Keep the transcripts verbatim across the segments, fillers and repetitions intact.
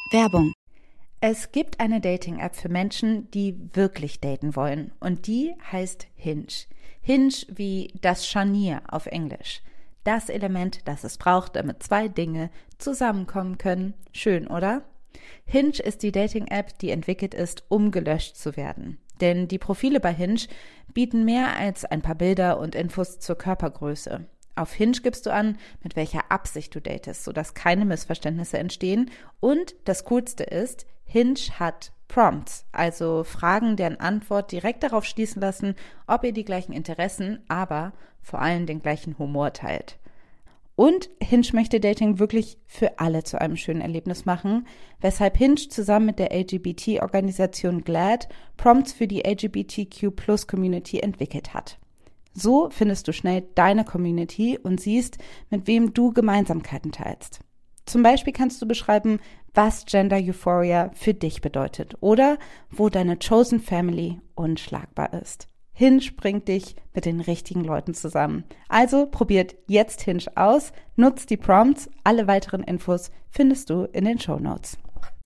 Werbung. Es gibt eine Dating-App für Menschen, die wirklich daten wollen. Und die heißt Hinge. Hinge wie das Scharnier auf Englisch. Das Element, das es braucht, damit zwei Dinge zusammenkommen können. Schön, oder? Hinge ist die Dating-App, die entwickelt ist, um gelöscht zu werden. Denn die Profile bei Hinge bieten mehr als ein paar Bilder und Infos zur Körpergröße. Auf Hinge gibst du an, mit welcher Absicht du datest, sodass keine Missverständnisse entstehen. Und das Coolste ist, Hinge hat Prompts, also Fragen, deren Antwort direkt darauf schließen lassen, ob ihr die gleichen Interessen, aber vor allem den gleichen Humor teilt. Und Hinge möchte Dating wirklich für alle zu einem schönen Erlebnis machen, weshalb Hinge zusammen mit der L G B T-Organisation GLAAD Prompts für die L G B T Q Plus Community entwickelt hat. So findest du schnell deine Community und siehst, mit wem du Gemeinsamkeiten teilst. Zum Beispiel kannst du beschreiben, was Gender Euphoria für dich bedeutet oder wo deine Chosen Family unschlagbar ist. Hinge bringt dich mit den richtigen Leuten zusammen. Also probiert jetzt Hinge aus, nutzt die Prompts, alle weiteren Infos findest du in den Shownotes.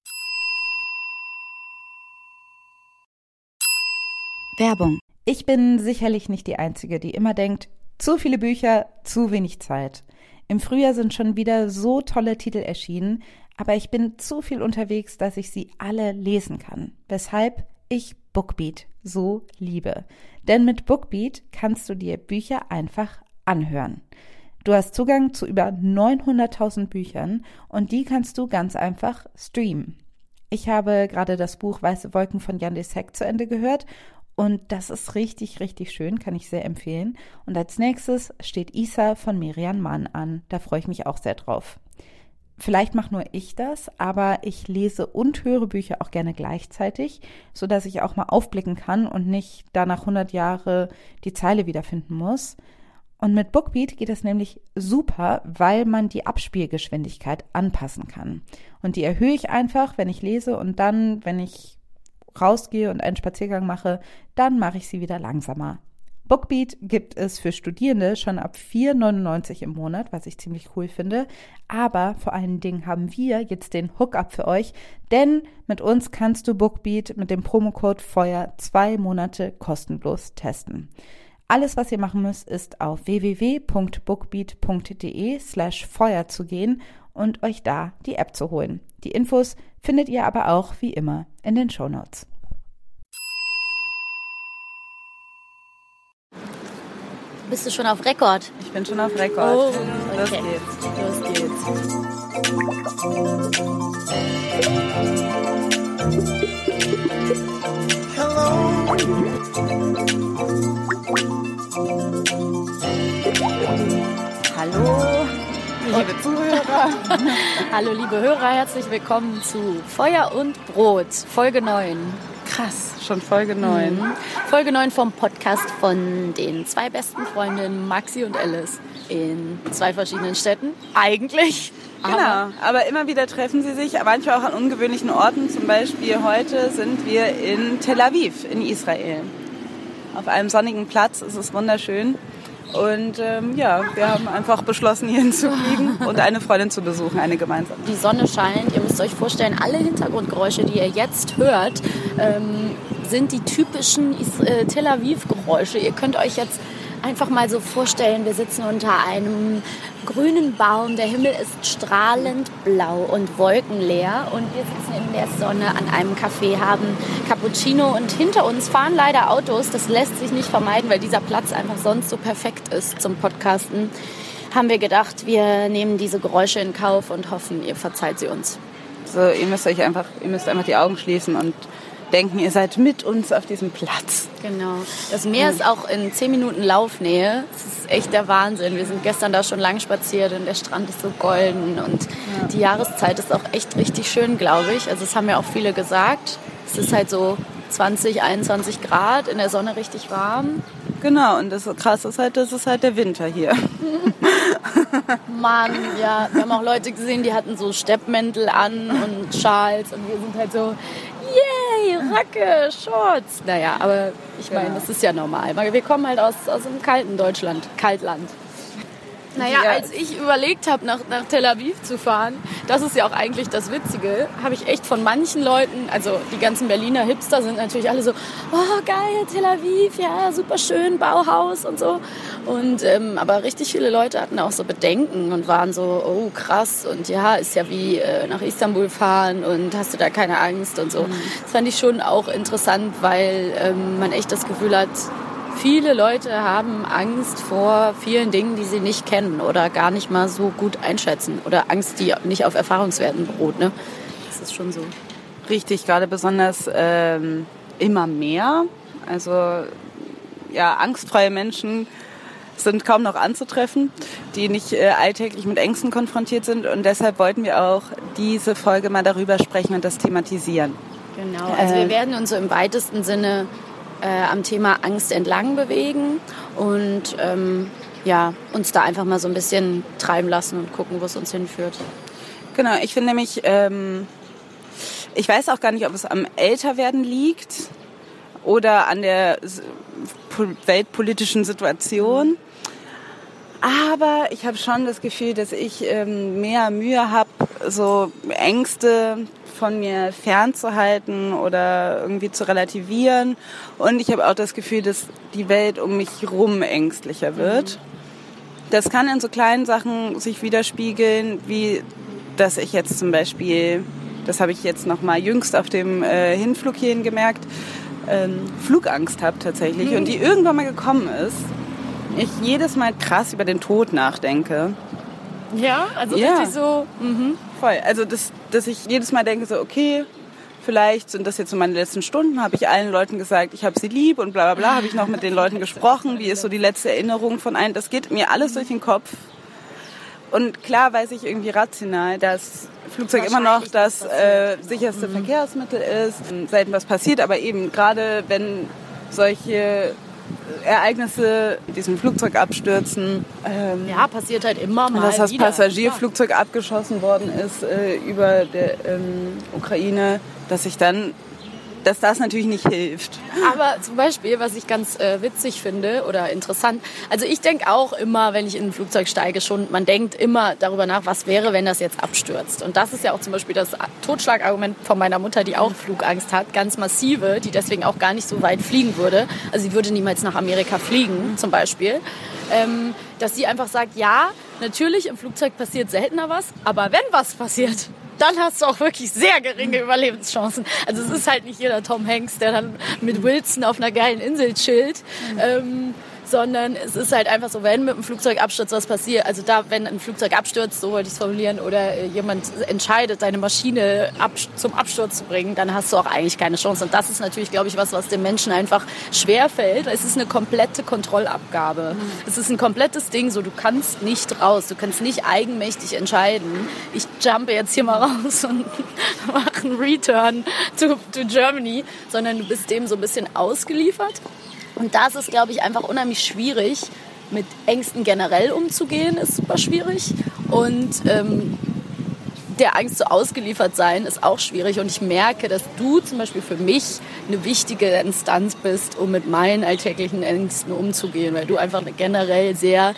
Werbung. Ich bin sicherlich nicht die Einzige, die immer denkt, zu viele Bücher, zu wenig Zeit. Im Frühjahr sind schon wieder so tolle Titel erschienen, aber ich bin zu viel unterwegs, dass ich sie alle lesen kann. Weshalb ich Bookbeat so liebe. Denn mit Bookbeat kannst du dir Bücher einfach anhören. Du hast Zugang zu über neunhunderttausend Büchern und die kannst du ganz einfach streamen. Ich habe gerade das Buch Weiße Wolken von Jan Desek zu Ende gehört und das ist richtig, richtig schön, kann ich sehr empfehlen. Und als nächstes steht Isa von Merian Mann an. Da freue ich mich auch sehr drauf. Vielleicht mache nur ich das, aber ich lese und höre Bücher auch gerne gleichzeitig, sodass ich auch mal aufblicken kann und nicht danach hundert Jahre die Zeile wiederfinden muss. Und mit Bookbeat geht es nämlich super, weil man die Abspielgeschwindigkeit anpassen kann. Und die erhöhe ich einfach, wenn ich lese und dann, wenn ich rausgehe und einen Spaziergang mache, dann mache ich sie wieder langsamer. Bookbeat gibt es für Studierende schon ab vier Euro neunundneunzig im Monat, was ich ziemlich cool finde. Aber vor allen Dingen haben wir jetzt den Hookup für euch, denn mit uns kannst du Bookbeat mit dem Promocode Feuer zwei Monate kostenlos testen. Alles, was ihr machen müsst, ist auf w w w punkt bookbeat punkt d e slash Feuer zu gehen und euch da die App zu holen. Die Infos findet ihr aber auch wie immer in den Shownotes. Bist du schon auf Rekord? Ich bin schon auf Rekord. Oh, Los okay. geht's. Los geht's. Hallo, liebe Zuhörer. Hallo liebe Hörer, herzlich willkommen zu Feuer und Brot, Folge neun. Krass, schon Folge neun. Mhm. Folge neun vom Podcast von den zwei besten Freundinnen Maxi und Alice in zwei verschiedenen Städten. Eigentlich. Genau, aber, aber immer wieder treffen sie sich, manchmal auch an ungewöhnlichen Orten. Zum Beispiel heute sind wir in Tel Aviv in Israel. Auf einem sonnigen Platz, es ist wunderschön. Und ähm, ja, wir haben einfach beschlossen, hier hinzufliegen und eine Freundin zu besuchen, eine gemeinsame. Die Sonne scheint, ihr müsst euch vorstellen, alle Hintergrundgeräusche, die ihr jetzt hört, ähm, sind die typischen äh, Tel Aviv-Geräusche. Ihr könnt euch jetzt einfach mal so vorstellen, wir sitzen unter einem grünen Baum, der Himmel ist strahlend blau und wolkenleer und wir sitzen in der Sonne an einem Café, haben Cappuccino und hinter uns fahren leider Autos, das lässt sich nicht vermeiden, weil dieser Platz einfach sonst so perfekt ist zum Podcasten. Haben wir gedacht, wir nehmen diese Geräusche in Kauf und hoffen, ihr verzeiht sie uns. So, ihr müsst euch einfach, ihr müsst einfach die Augen schließen und denken, ihr seid mit uns auf diesem Platz. Genau. Das Meer ist auch in zehn Minuten Laufnähe. Das ist echt der Wahnsinn. Wir sind gestern da schon lang spaziert und der Strand ist so golden und ja. Die Jahreszeit ist auch echt richtig schön, glaube ich. Also das haben ja auch viele gesagt. Es ist halt so zwanzig, einundzwanzig Grad, in der Sonne richtig warm. Genau, und das Krasse ist halt, das ist halt der Winter hier. Mann, ja, wir haben auch Leute gesehen, die hatten so Steppmäntel an und Schals und wir sind halt so, yay, Röcke, Shorts. Naja, aber ich meine, das ist ja normal. Wir kommen halt aus, aus einem kalten Deutschland, Kaltland. Naja, als ich überlegt habe, nach, nach Tel Aviv zu fahren, das ist ja auch eigentlich das Witzige, habe ich echt von manchen Leuten, also die ganzen Berliner Hipster sind natürlich alle so, oh geil, Tel Aviv, ja, super schön, Bauhaus und so. Und, ähm, aber richtig viele Leute hatten auch so Bedenken und waren so, oh krass und ja, ist ja wie äh, nach Istanbul fahren und hast du da keine Angst und so. Mhm. Das fand ich schon auch interessant, weil ähm, man echt das Gefühl hat, viele Leute haben Angst vor vielen Dingen, die sie nicht kennen oder gar nicht mal so gut einschätzen. Oder Angst, die nicht auf Erfahrungswerten beruht. Ne? Das ist schon so. Richtig, gerade besonders ähm, immer mehr. Also ja, angstfreie Menschen sind kaum noch anzutreffen, die nicht äh, alltäglich mit Ängsten konfrontiert sind. Und deshalb wollten wir auch diese Folge mal darüber sprechen und das thematisieren. Genau, also wir werden uns so im weitesten Sinne Äh, am Thema Angst entlang bewegen und ähm, ja, uns da einfach mal so ein bisschen treiben lassen und gucken, wo es uns hinführt. Genau, ich finde nämlich, ähm, ich weiß auch gar nicht, ob es am Älterwerden liegt oder an der weltpolitischen Situation. Aber ich habe schon das Gefühl, dass ich ähm, mehr Mühe habe, so Ängste von mir fernzuhalten oder irgendwie zu relativieren. Und ich habe auch das Gefühl, dass die Welt um mich herum ängstlicher wird. Mhm. Das kann in so kleinen Sachen sich widerspiegeln, wie dass ich jetzt zum Beispiel, das habe ich jetzt noch mal jüngst auf dem äh, Hinflug hierhin gemerkt, ähm, Flugangst habe tatsächlich. Mhm. Und die irgendwann mal gekommen ist. Ich jedes Mal krass über den Tod nachdenke. Ja, also ja. Richtig so. Mhm. Voll. Also, dass, dass ich jedes Mal denke, so, okay, vielleicht sind das jetzt so meine letzten Stunden, habe ich allen Leuten gesagt, ich habe sie lieb und bla bla bla, habe ich noch mit den Leuten gesprochen, wie ist so die letzte Erinnerung von einem. Das geht mir alles durch den Kopf. Und klar weiß ich irgendwie rational, dass Flugzeug immer noch das äh, sicherste mhm. Verkehrsmittel ist, selten was passiert, aber eben gerade wenn solche Ereignisse, diesem Flugzeug abstürzen. Ähm, ja, passiert halt immer mal dass das wieder. Passagierflugzeug abgeschossen worden ist äh, über der ähm, Ukraine, dass ich dann, dass das natürlich nicht hilft. Aber zum Beispiel, was ich ganz äh, witzig finde oder interessant, also ich denke auch immer, wenn ich in ein Flugzeug steige, schon, man denkt immer darüber nach, was wäre, wenn das jetzt abstürzt. Und das ist ja auch zum Beispiel das Totschlagargument von meiner Mutter, die auch Flugangst hat, ganz massive, die deswegen auch gar nicht so weit fliegen würde. Also sie würde niemals nach Amerika fliegen, zum Beispiel. Ähm, dass sie einfach sagt, ja, natürlich im Flugzeug passiert seltener was, aber wenn was passiert, dann hast du auch wirklich sehr geringe Überlebenschancen. Also es ist halt nicht jeder Tom Hanks, der dann mit Wilson auf einer geilen Insel chillt, ähm, sondern es ist halt einfach so, wenn mit einem Flugzeugabsturz was passiert, also da, wenn ein Flugzeug abstürzt, so wollte ich es formulieren, oder äh, jemand entscheidet, deine Maschine ab, zum Absturz zu bringen, dann hast du auch eigentlich keine Chance. Und das ist natürlich, glaube ich, was, was dem Menschen einfach schwerfällt. Es ist eine komplette Kontrollabgabe. Mhm. Es ist ein komplettes Ding, so du kannst nicht raus, du kannst nicht eigenmächtig entscheiden. Ich jumpe jetzt hier mal raus und mache einen Return to, to Germany, sondern du bist dem so ein bisschen ausgeliefert. Und das ist, glaube ich, einfach unheimlich schwierig. Mit Ängsten generell umzugehen, ist super schwierig. Und ähm, der Angst zu ausgeliefert sein, ist auch schwierig. Und ich merke, dass du zum Beispiel für mich eine wichtige Instanz bist, um mit meinen alltäglichen Ängsten umzugehen. Weil du einfach eine generell sehr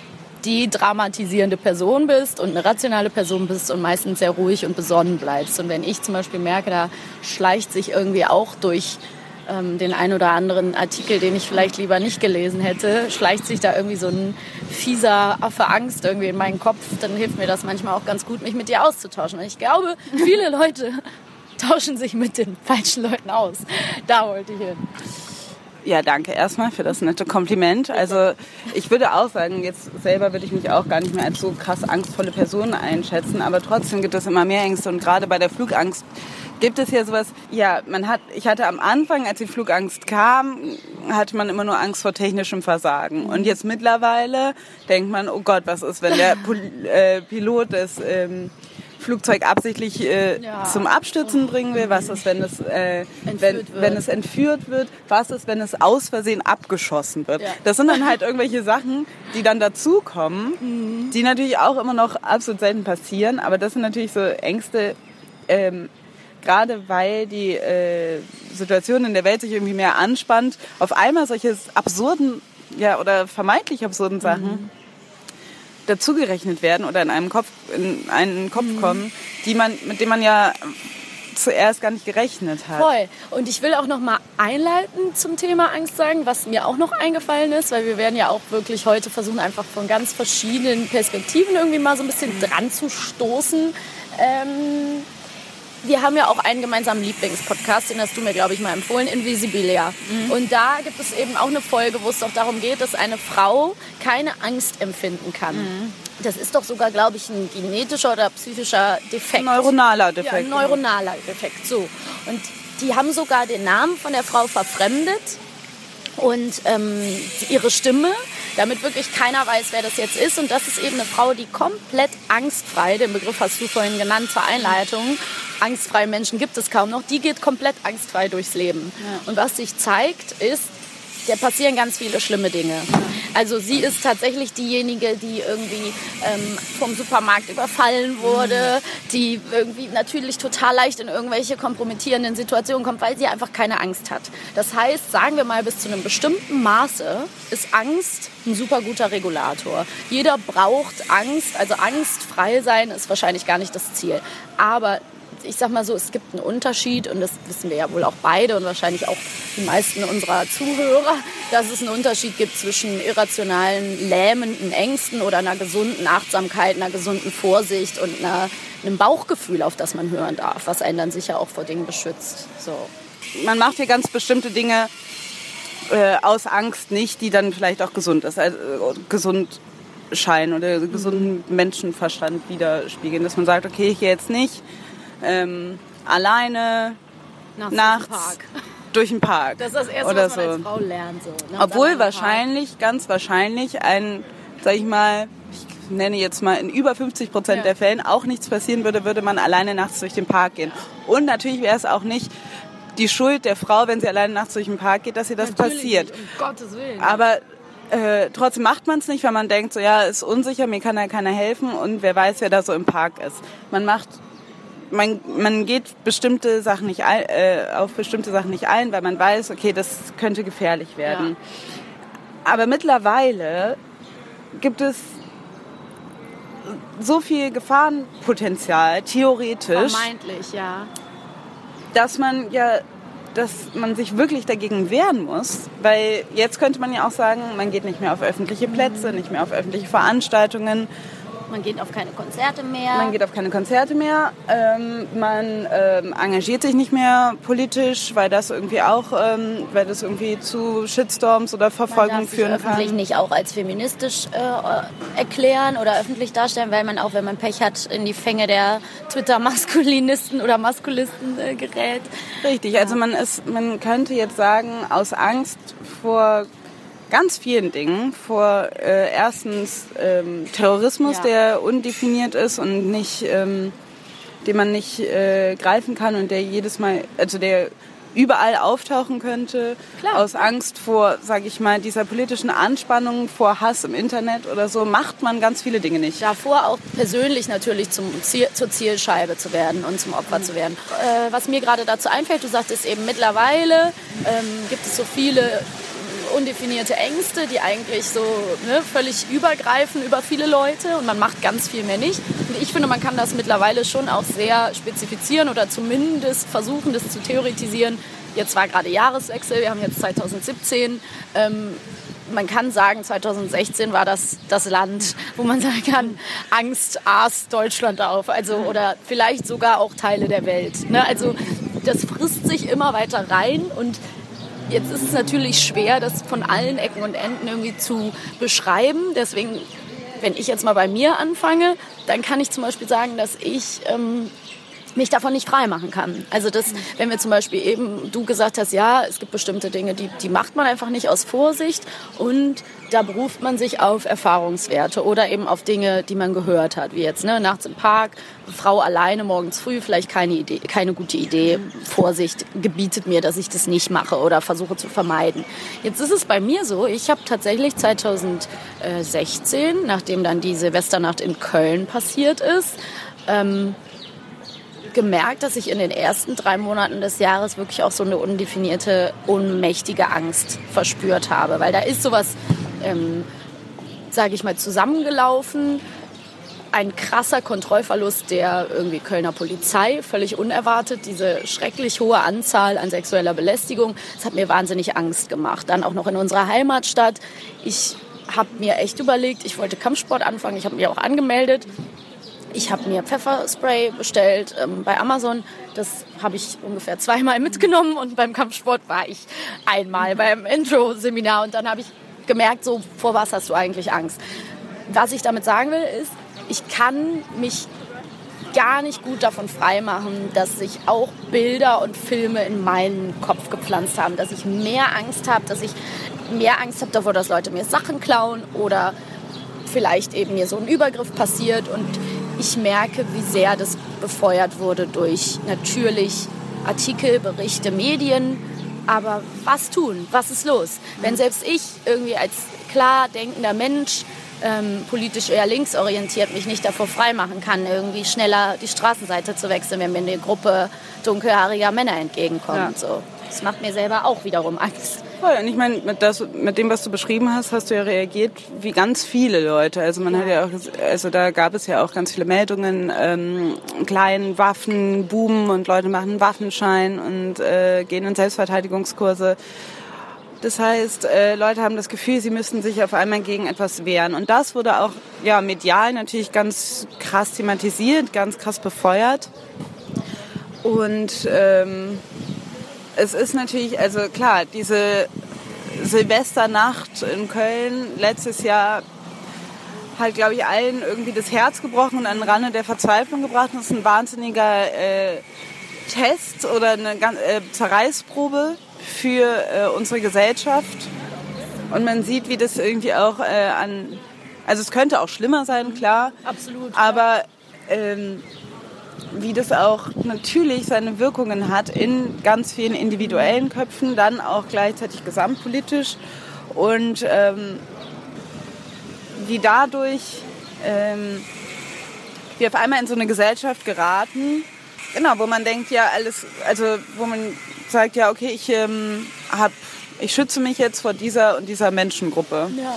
dedramatisierende Person bist und eine rationale Person bist und meistens sehr ruhig und besonnen bleibst. Und wenn ich zum Beispiel merke, da schleicht sich irgendwie auch durch den einen oder anderen Artikel, den ich vielleicht lieber nicht gelesen hätte, schleicht sich da irgendwie so ein fieser Affe Angst irgendwie in meinen Kopf, dann hilft mir das manchmal auch ganz gut, mich mit dir auszutauschen. Und ich glaube, viele Leute tauschen sich mit den falschen Leuten aus. Da wollte ich hin. Ja, danke erstmal für das nette Kompliment. Also ich würde auch sagen, jetzt selber würde ich mich auch gar nicht mehr als so krass angstvolle Person einschätzen, aber trotzdem gibt es immer mehr Ängste und gerade bei der Flugangst gibt es ja sowas, ja, man hat, ich hatte am Anfang, als die Flugangst kam, hatte man immer nur Angst vor technischem Versagen. Und jetzt mittlerweile denkt man, oh Gott, was ist, wenn der Pol- äh, Pilot das ähm, Flugzeug absichtlich äh, ja. zum Abstürzen bringen will? Was ist, wenn es, äh, wenn, wenn es entführt wird? Was ist, wenn es aus Versehen abgeschossen wird? Ja. Das sind dann halt irgendwelche Sachen, die dann dazukommen, mhm. die natürlich auch immer noch absolut selten passieren. Aber das sind natürlich so Ängste, ähm, gerade weil die äh, Situation in der Welt sich irgendwie mehr anspannt, auf einmal solche absurden, ja, oder vermeintlich absurden Sachen dazugerechnet werden oder in einem Kopf, in einen Kopf mhm. kommen, die man, mit dem man ja zuerst gar nicht gerechnet hat. Voll. Und ich will auch noch mal einleitend zum Thema Angst sagen, was mir auch noch eingefallen ist, weil wir werden ja auch wirklich heute versuchen, einfach von ganz verschiedenen Perspektiven irgendwie mal so ein bisschen dran zu stoßen. Ähm, wir haben ja auch einen gemeinsamen Lieblingspodcast, den hast du mir, glaube ich, mal empfohlen, Invisibilia. Mhm. Und da gibt es eben auch eine Folge, wo es doch darum geht, dass eine Frau keine Angst empfinden kann. Mhm. Das ist doch sogar, glaube ich, ein genetischer oder psychischer Defekt. Ein neuronaler Defekt. Ja, ein neuronaler Defekt, so. Und die haben sogar den Namen von der Frau verfremdet und ähm, ihre Stimme, damit wirklich keiner weiß, wer das jetzt ist. Und das ist eben eine Frau, die komplett angstfrei, den Begriff hast du vorhin genannt zur Einleitung, angstfreie Menschen gibt es kaum noch, die geht komplett angstfrei durchs Leben. Ja. Und was sich zeigt, ist, da passieren ganz viele schlimme Dinge. Also sie ist tatsächlich diejenige, die irgendwie ähm, vom Supermarkt überfallen wurde, die irgendwie natürlich total leicht in irgendwelche kompromittierenden Situationen kommt, weil sie einfach keine Angst hat. Das heißt, sagen wir mal, bis zu einem bestimmten Maße ist Angst ein super guter Regulator. Jeder braucht Angst, also angstfrei sein ist wahrscheinlich gar nicht das Ziel. Aber ich sag mal so, es gibt einen Unterschied und das wissen wir ja wohl auch beide und wahrscheinlich auch die meisten unserer Zuhörer, dass es einen Unterschied gibt zwischen irrationalen, lähmenden Ängsten oder einer gesunden Achtsamkeit, einer gesunden Vorsicht und einer, einem Bauchgefühl, auf das man hören darf, was einen dann sicher auch vor Dingen beschützt. So. Man macht hier ganz bestimmte Dinge äh, aus Angst nicht, die dann vielleicht auch gesund ist, also äh, gesund scheinen oder gesunden Menschenverstand widerspiegeln, dass man sagt, okay, ich gehe jetzt nicht Ähm, alleine nachts, nachts Park. durch den Park. Das ist das Erste, oder was man so. als Frau lernt. So, ne? Obwohl wahrscheinlich, ganz wahrscheinlich, ein, sag ich mal, ich nenne jetzt mal, in über fünfzig Prozent ja. der Fällen auch nichts passieren würde, würde man alleine nachts durch den Park gehen. Und natürlich wäre es auch nicht die Schuld der Frau, wenn sie alleine nachts durch den Park geht, dass ihr das natürlich passiert. Nicht, um Gottes Willen. Aber äh, trotzdem macht man es nicht, weil man denkt, so ja, ist unsicher, mir kann ja keiner helfen und wer weiß, wer da so im Park ist. Man macht Man, man geht bestimmte Sachen nicht ein, äh, auf bestimmte Sachen nicht ein, weil man weiß, okay, das könnte gefährlich werden. Ja. Aber mittlerweile gibt es so viel Gefahrenpotenzial, theoretisch, vermeintlich, ja, dass man ja, dass man sich wirklich dagegen wehren muss, weil jetzt könnte man ja auch sagen, man geht nicht mehr auf öffentliche Plätze, nicht mehr auf öffentliche Veranstaltungen. Man geht auf keine Konzerte mehr. Man geht auf keine Konzerte mehr. Ähm, man ähm, engagiert sich nicht mehr politisch, weil das irgendwie auch, ähm, weil das irgendwie zu Shitstorms oder Verfolgung führen kann. Man darf sich öffentlich nicht auch als feministisch äh, erklären oder öffentlich darstellen, weil man auch, wenn man Pech hat, in die Fänge der Twitter-Maskulinisten oder Maskulisten äh, gerät. Richtig, ja. Also man ist, man könnte jetzt sagen, aus Angst vor ganz vielen Dingen, vor äh, erstens ähm, Terrorismus, ja. der undefiniert ist und nicht, ähm, den man nicht äh, greifen kann und der jedes Mal, also der überall auftauchen könnte, Klar. aus Angst vor, sage ich mal, dieser politischen Anspannung, vor Hass im Internet oder so, macht man ganz viele Dinge nicht. Davor auch persönlich natürlich zum Ziel, zur Zielscheibe zu werden und zum Opfer mhm. zu werden. Äh, was mir gerade dazu einfällt, du sagtest eben, mittlerweile ähm, gibt es so viele undefinierte Ängste, die eigentlich so ne, völlig übergreifen über viele Leute und man macht ganz viel mehr nicht. Und ich finde, man kann das mittlerweile schon auch sehr spezifizieren oder zumindest versuchen, das zu theoretisieren. Jetzt war gerade Jahreswechsel, wir haben jetzt zwanzig siebzehn. Ähm, man kann sagen, zwanzig sechzehn war das das Land, wo man sagen kann, Angst aß Deutschland auf. Also, oder vielleicht sogar auch Teile der Welt. Ne? Also das frisst sich immer weiter rein und jetzt ist es natürlich schwer, das von allen Ecken und Enden irgendwie zu beschreiben. Deswegen, wenn ich jetzt mal bei mir anfange, dann kann ich zum Beispiel sagen, dass ich ähm, mich davon nicht frei machen kann. Also das, wenn wir zum Beispiel eben, du gesagt hast, ja, es gibt bestimmte Dinge, die, die macht man einfach nicht aus Vorsicht und da beruft man sich auf Erfahrungswerte oder eben auf Dinge, die man gehört hat, wie jetzt ne, nachts im Park, Frau alleine morgens früh, vielleicht keine Idee, keine gute Idee, Vorsicht gebietet mir, dass ich das nicht mache oder versuche zu vermeiden. Jetzt ist es bei mir so, ich habe tatsächlich zwanzig sechzehn, nachdem dann die Silvesternacht in Köln passiert ist, ähm, gemerkt, dass ich in den ersten drei Monaten des Jahres wirklich auch so eine undefinierte, ohnmächtige Angst verspürt habe. Weil da ist sowas, ähm, sage ich mal, zusammengelaufen. Ein krasser Kontrollverlust der irgendwie Kölner Polizei, völlig unerwartet. Diese schrecklich hohe Anzahl an sexueller Belästigung, das hat mir wahnsinnig Angst gemacht. Dann auch noch in unserer Heimatstadt. Ich habe mir echt überlegt, ich wollte Kampfsport anfangen, ich habe mich auch angemeldet. Ich habe mir Pfefferspray bestellt ähm, bei Amazon. Das habe ich ungefähr zweimal mitgenommen und beim Kampfsport war ich einmal beim Intro-Seminar und dann habe ich gemerkt, so, vor was hast du eigentlich Angst? Was ich damit sagen will, ist, ich kann mich gar nicht gut davon freimachen, dass sich auch Bilder und Filme in meinen Kopf gepflanzt haben, dass ich mehr Angst habe, dass ich mehr Angst habe davor, dass Leute mir Sachen klauen oder vielleicht eben mir so ein Übergriff passiert und ich merke, wie sehr das befeuert wurde durch natürlich Artikel, Berichte, Medien. Aber was tun? Was ist los? Wenn selbst ich irgendwie als klar denkender Mensch, ähm, politisch eher linksorientiert, mich nicht davor freimachen kann, irgendwie schneller die Straßenseite zu wechseln, wenn mir eine Gruppe dunkelhaariger Männer entgegenkommt. Ja. So. Das macht mir selber auch wiederum Angst. Voll. Und ich meine, mit, das, mit dem, was du beschrieben hast, hast du ja reagiert wie ganz viele Leute. Also man ja. hat ja auch, also da gab es ja auch ganz viele Meldungen, ähm, kleinen Waffen, Boom und Leute machen einen Waffenschein und äh, gehen in Selbstverteidigungskurse. Das heißt, äh, Leute haben das Gefühl, sie müssten sich auf einmal gegen etwas wehren. Und das wurde auch ja medial natürlich ganz krass thematisiert, ganz krass befeuert. Und ähm, es ist natürlich, also klar, diese Silvesternacht in Köln letztes Jahr hat, glaube ich, allen irgendwie das Herz gebrochen und an den Rande der Verzweiflung gebracht. Das ist ein wahnsinniger äh, Test oder eine äh, Zerreißprobe für äh, unsere Gesellschaft. Und man sieht, wie das irgendwie auch äh, an... Also es könnte auch schlimmer sein, klar. Absolut. Aber... Ähm, wie das auch natürlich seine Wirkungen hat in ganz vielen individuellen Köpfen, dann auch gleichzeitig gesamtpolitisch und ähm, wie dadurch ähm, wir auf einmal in so eine Gesellschaft geraten, genau, wo man denkt, ja alles, also wo man sagt, ja okay, ich ähm, hab, ich schütze mich jetzt vor dieser und dieser Menschengruppe. Ja.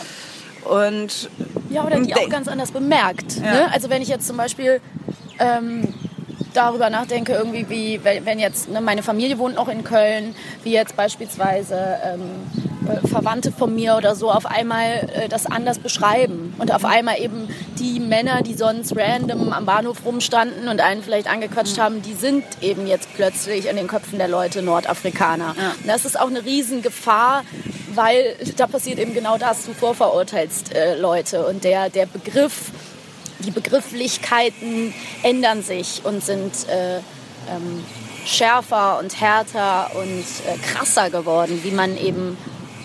Und ja, oder die auch ganz anders bemerkt. Ja. Ne? Also wenn ich jetzt zum Beispiel ähm, darüber nachdenke, irgendwie wie, wenn jetzt, ne, meine Familie wohnt noch in Köln, wie jetzt beispielsweise ähm, Verwandte von mir oder so auf einmal äh, das anders beschreiben und auf einmal eben die Männer, die sonst random am Bahnhof rumstanden und einen vielleicht angequatscht haben, die sind eben jetzt plötzlich in den Köpfen der Leute Nordafrikaner. Ja. Und das ist auch eine Riesengefahr, weil da passiert eben genau das, du vorverurteilst äh, Leute und der, der Begriff, die Begrifflichkeiten ändern sich und sind äh, ähm, schärfer und härter und äh, krasser geworden, wie man eben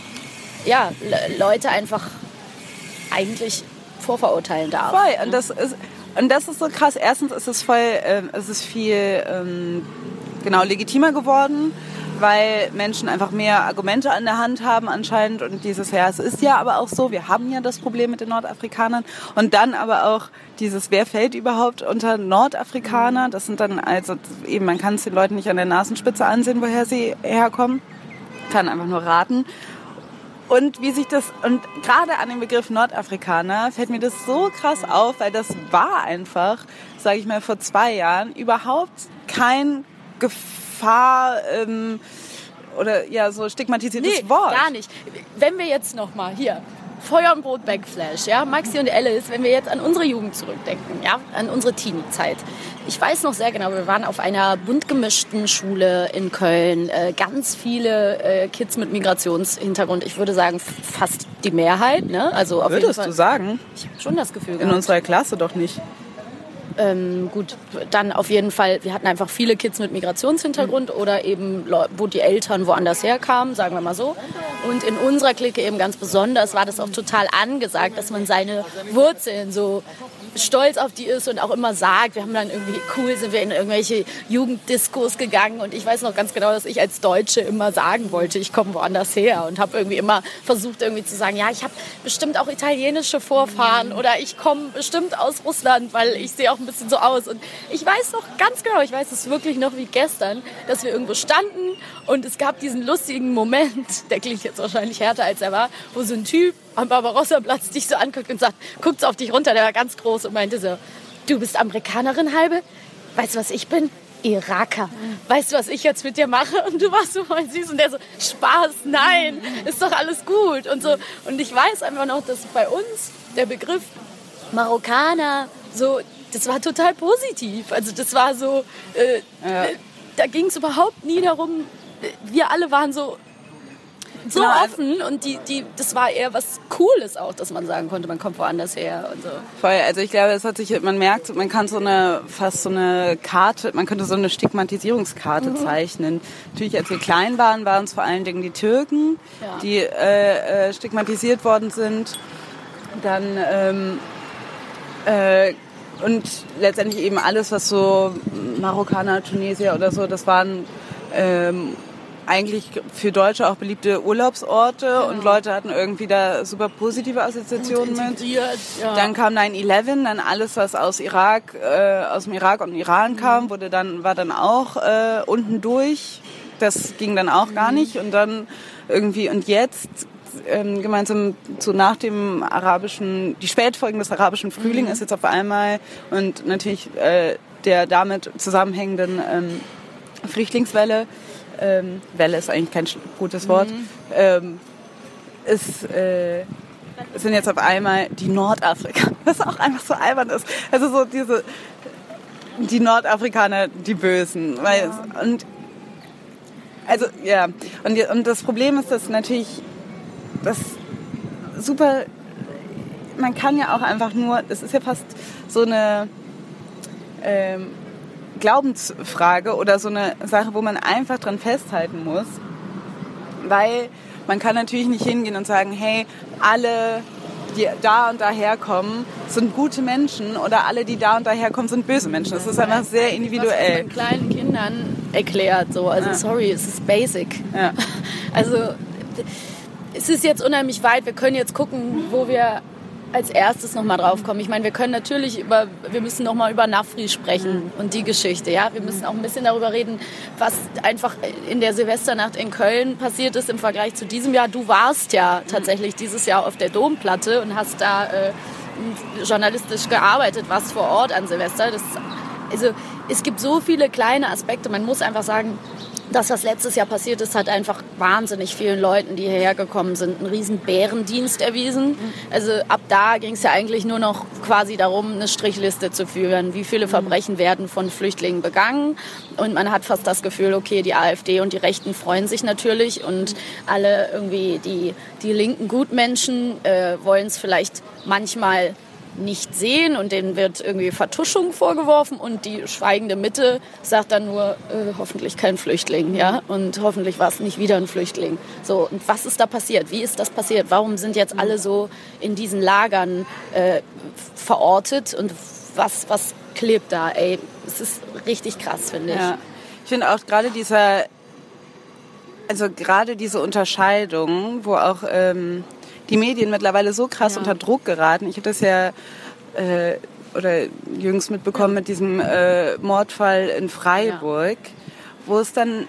ja, Le- Leute einfach eigentlich vorverurteilen darf. Voll. Und das ist, und das ist so krass. Erstens ist es voll, äh, es ist viel ähm, genau legitimer geworden, weil Menschen einfach mehr Argumente an der Hand haben anscheinend und dieses, ja, es ist ja aber auch so, wir haben ja das Problem mit den Nordafrikanern und dann aber auch dieses, wer fällt überhaupt unter Nordafrikaner, das sind dann also eben, man kann es den Leuten nicht an der Nasenspitze ansehen, woher sie herkommen, kann einfach nur raten. Und wie sich das, und gerade an dem Begriff Nordafrikaner fällt mir das so krass auf, weil das war einfach, sage ich mal, vor zwei Jahren überhaupt kein Gefahr ähm, oder ja, so stigmatisiertes nee, Wort. Gar nicht. Wenn wir jetzt nochmal hier, Feuer und Brot Backflash, ja, Maxi und Alice, wenn wir jetzt an unsere Jugend zurückdenken, ja, an unsere Teenie-Zeit. Ich weiß noch sehr genau, wir waren auf einer bunt gemischten Schule in Köln, äh, ganz viele äh, Kids mit Migrationshintergrund. Ich würde sagen, fast die Mehrheit, ne? Also auf Würdest jeden Fall, du sagen? Ich habe schon das Gefühl In gehabt. unserer Klasse doch nicht. Ähm, gut, dann auf jeden Fall, wir hatten einfach viele Kids mit Migrationshintergrund mhm. oder eben, wo die Eltern woanders herkamen, sagen wir mal so. Und in unserer Clique eben ganz besonders war das auch total angesagt, dass man seine Wurzeln so stolz auf die ist und auch immer sagt, wir haben dann irgendwie, cool, sind wir in irgendwelche Jugenddiskos gegangen und ich weiß noch ganz genau, dass ich als Deutsche immer sagen wollte, ich komme woanders her und habe irgendwie immer versucht irgendwie zu sagen, ja, ich habe bestimmt auch italienische Vorfahren oder ich komme bestimmt aus Russland, weil ich sehe auch ein bisschen so aus und ich weiß noch ganz genau, ich weiß es wirklich noch wie gestern, dass wir irgendwo standen und es gab diesen lustigen Moment, der klingt jetzt wahrscheinlich härter als er war, wo so ein Typ am Barbarossa-Platz dich so anguckt und sagt, guckt auf dich runter, der war ganz groß und meinte so, du bist Amerikanerin halbe? Weißt du, was ich bin? Iraker. Weißt du, was ich jetzt mit dir mache? Und du warst so voll süß. Und der so, Spaß, nein, ist doch alles gut. Und so. Und ich weiß einfach noch, dass bei uns der Begriff Marokkaner so, das war total positiv. Also das war so, äh, ja. da ging es überhaupt nie darum, wir alle waren so so genau, offen und die, die, das war eher was Cooles auch, dass man sagen konnte, man kommt woanders her und so. Voll, also ich glaube, es hat sich, man merkt, man kann so eine, fast so eine Karte, man könnte so eine Stigmatisierungskarte mhm. zeichnen. Natürlich, als wir klein waren, waren es vor allen Dingen die Türken, ja. die äh, äh, stigmatisiert worden sind. Dann, ähm, äh, und letztendlich eben alles, was so Marokkaner, Tunesier oder so, das waren, ähm, eigentlich für Deutsche auch beliebte Urlaubsorte ja. und Leute hatten irgendwie da super positive Assoziationen mit. Ja. Dann kam nine eleven, dann alles, was aus Irak, äh, aus dem Irak und Iran kam, mhm. wurde dann, war dann auch äh, unten durch. Das ging dann auch mhm. gar nicht. Und dann irgendwie, und jetzt ähm, gemeinsam so nach dem arabischen, die Spätfolgen des arabischen Frühlings mhm. ist jetzt auf einmal und natürlich äh, der damit zusammenhängenden ähm, Flüchtlingswelle, Ähm, Welle ist eigentlich kein gutes Wort, mhm. ähm, ist, äh, sind jetzt auf einmal die Nordafrikaner, was auch einfach so albern ist. Also so diese, die Nordafrikaner, die Bösen. Weil ja. es, und, also, ja. Und, und das Problem ist, dass natürlich das super, man kann ja auch einfach nur, das ist ja fast so eine, ähm, Glaubensfrage oder so eine Sache, wo man einfach dran festhalten muss, weil man kann natürlich nicht hingehen und sagen, hey, alle, die da und daher kommen, sind gute Menschen oder alle, die da und daher kommen, sind böse Menschen. Das ist einfach sehr individuell. Was man kleinen Kindern erklärt, so, also ja. sorry, es ist basic. Ja. Also es ist jetzt unheimlich weit, wir können jetzt gucken, wo wir als erstes nochmal drauf kommen. Ich meine, wir können natürlich über, wir müssen nochmal über Nafri sprechen und die Geschichte, ja. Wir müssen auch ein bisschen darüber reden, was einfach in der Silvesternacht in Köln passiert ist im Vergleich zu diesem Jahr. Du warst ja tatsächlich dieses Jahr auf der Domplatte und hast da äh, journalistisch gearbeitet, warst vor Ort an Silvester. Das, also, es gibt so viele kleine Aspekte. Man muss einfach sagen, das, was letztes Jahr passiert ist, hat einfach wahnsinnig vielen Leuten, die hierher gekommen sind, einen riesen Bärendienst erwiesen. Also ab da ging es ja eigentlich nur noch quasi darum, eine Strichliste zu führen. Wie viele Verbrechen werden von Flüchtlingen begangen? Und man hat fast das Gefühl, okay, die AfD und die Rechten freuen sich natürlich und alle irgendwie die, die linken Gutmenschen äh, wollen es vielleicht manchmal nicht sehen und denen wird irgendwie Vertuschung vorgeworfen und die schweigende Mitte sagt dann nur, äh, hoffentlich kein Flüchtling, ja, und hoffentlich war es nicht wieder ein Flüchtling. So, und was ist da passiert? Wie ist das passiert? Warum sind jetzt alle so in diesen Lagern äh, verortet und was, was klebt da? Ey, es ist richtig krass, finde ich. Ja. Ich finde auch gerade dieser, also gerade diese Unterscheidung, wo auch ähm die Medien mittlerweile so krass ja. unter Druck geraten. Ich habe das ja äh, oder jüngst mitbekommen ja. mit diesem äh, Mordfall in Freiburg, ja. wo es dann,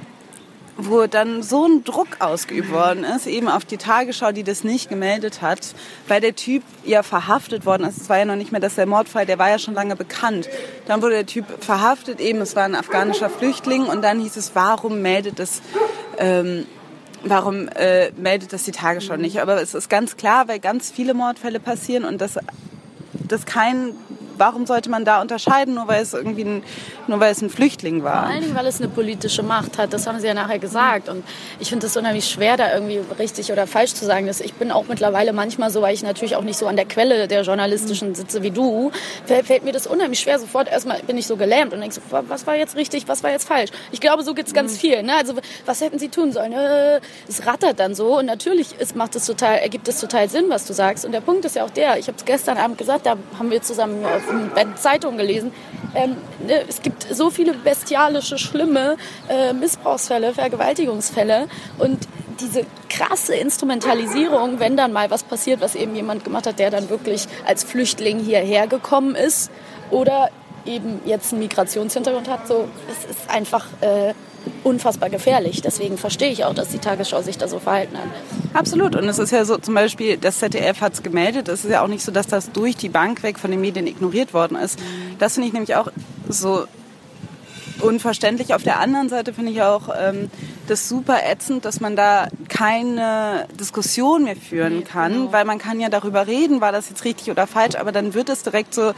wo dann so ein Druck ausgeübt worden ist, eben auf die Tagesschau, die das nicht gemeldet hat, weil der Typ ja verhaftet worden ist. Es war ja noch nicht mehr, dass der Mordfall, der war ja schon lange bekannt. Dann wurde der Typ verhaftet, eben es war ein afghanischer Flüchtling und dann hieß es, warum meldet es ähm, Warum äh, meldet das die Tagesschau nicht? Aber es ist ganz klar, weil ganz viele Mordfälle passieren und das, das kein... Warum sollte man da unterscheiden, nur weil es irgendwie ein, nur weil es ein Flüchtling war? Vor allen Dingen, weil es eine politische Macht hat. Das haben Sie ja nachher gesagt. Und ich finde es unheimlich schwer, da irgendwie richtig oder falsch zu sagen. Ich bin auch mittlerweile manchmal so, weil ich natürlich auch nicht so an der Quelle der journalistischen sitze wie du, fällt mir das unheimlich schwer. Sofort erstmal bin ich so gelähmt und denke so, was war jetzt richtig, was war jetzt falsch? Ich glaube, so gibt es ganz viel. Ne? Also was hätten Sie tun sollen? Es rattert dann so und natürlich ist, macht es total, ergibt es total Sinn, was du sagst. Und der Punkt ist ja auch der, ich habe es gestern Abend gesagt, da haben wir zusammen Zeitung gelesen. Ähm, ne, es gibt so viele bestialische, schlimme äh, Missbrauchsfälle, Vergewaltigungsfälle und diese krasse Instrumentalisierung, wenn dann mal was passiert, was eben jemand gemacht hat, der dann wirklich als Flüchtling hierher gekommen ist oder eben jetzt einen Migrationshintergrund hat, so, es ist einfach äh, unfassbar gefährlich. Deswegen verstehe ich auch, dass die Tagesschau sich da so verhalten hat. Absolut. Und es ist ja so, zum Beispiel, das Z D F hat es gemeldet, es ist ja auch nicht so, dass das durch die Bank weg von den Medien ignoriert worden ist. Das finde ich nämlich auch so unverständlich. Auf der anderen Seite finde ich auch ähm, das super ätzend, dass man da keine Diskussion mehr führen kann, genau. Weil man kann ja darüber reden, war das jetzt richtig oder falsch, aber dann wird es direkt so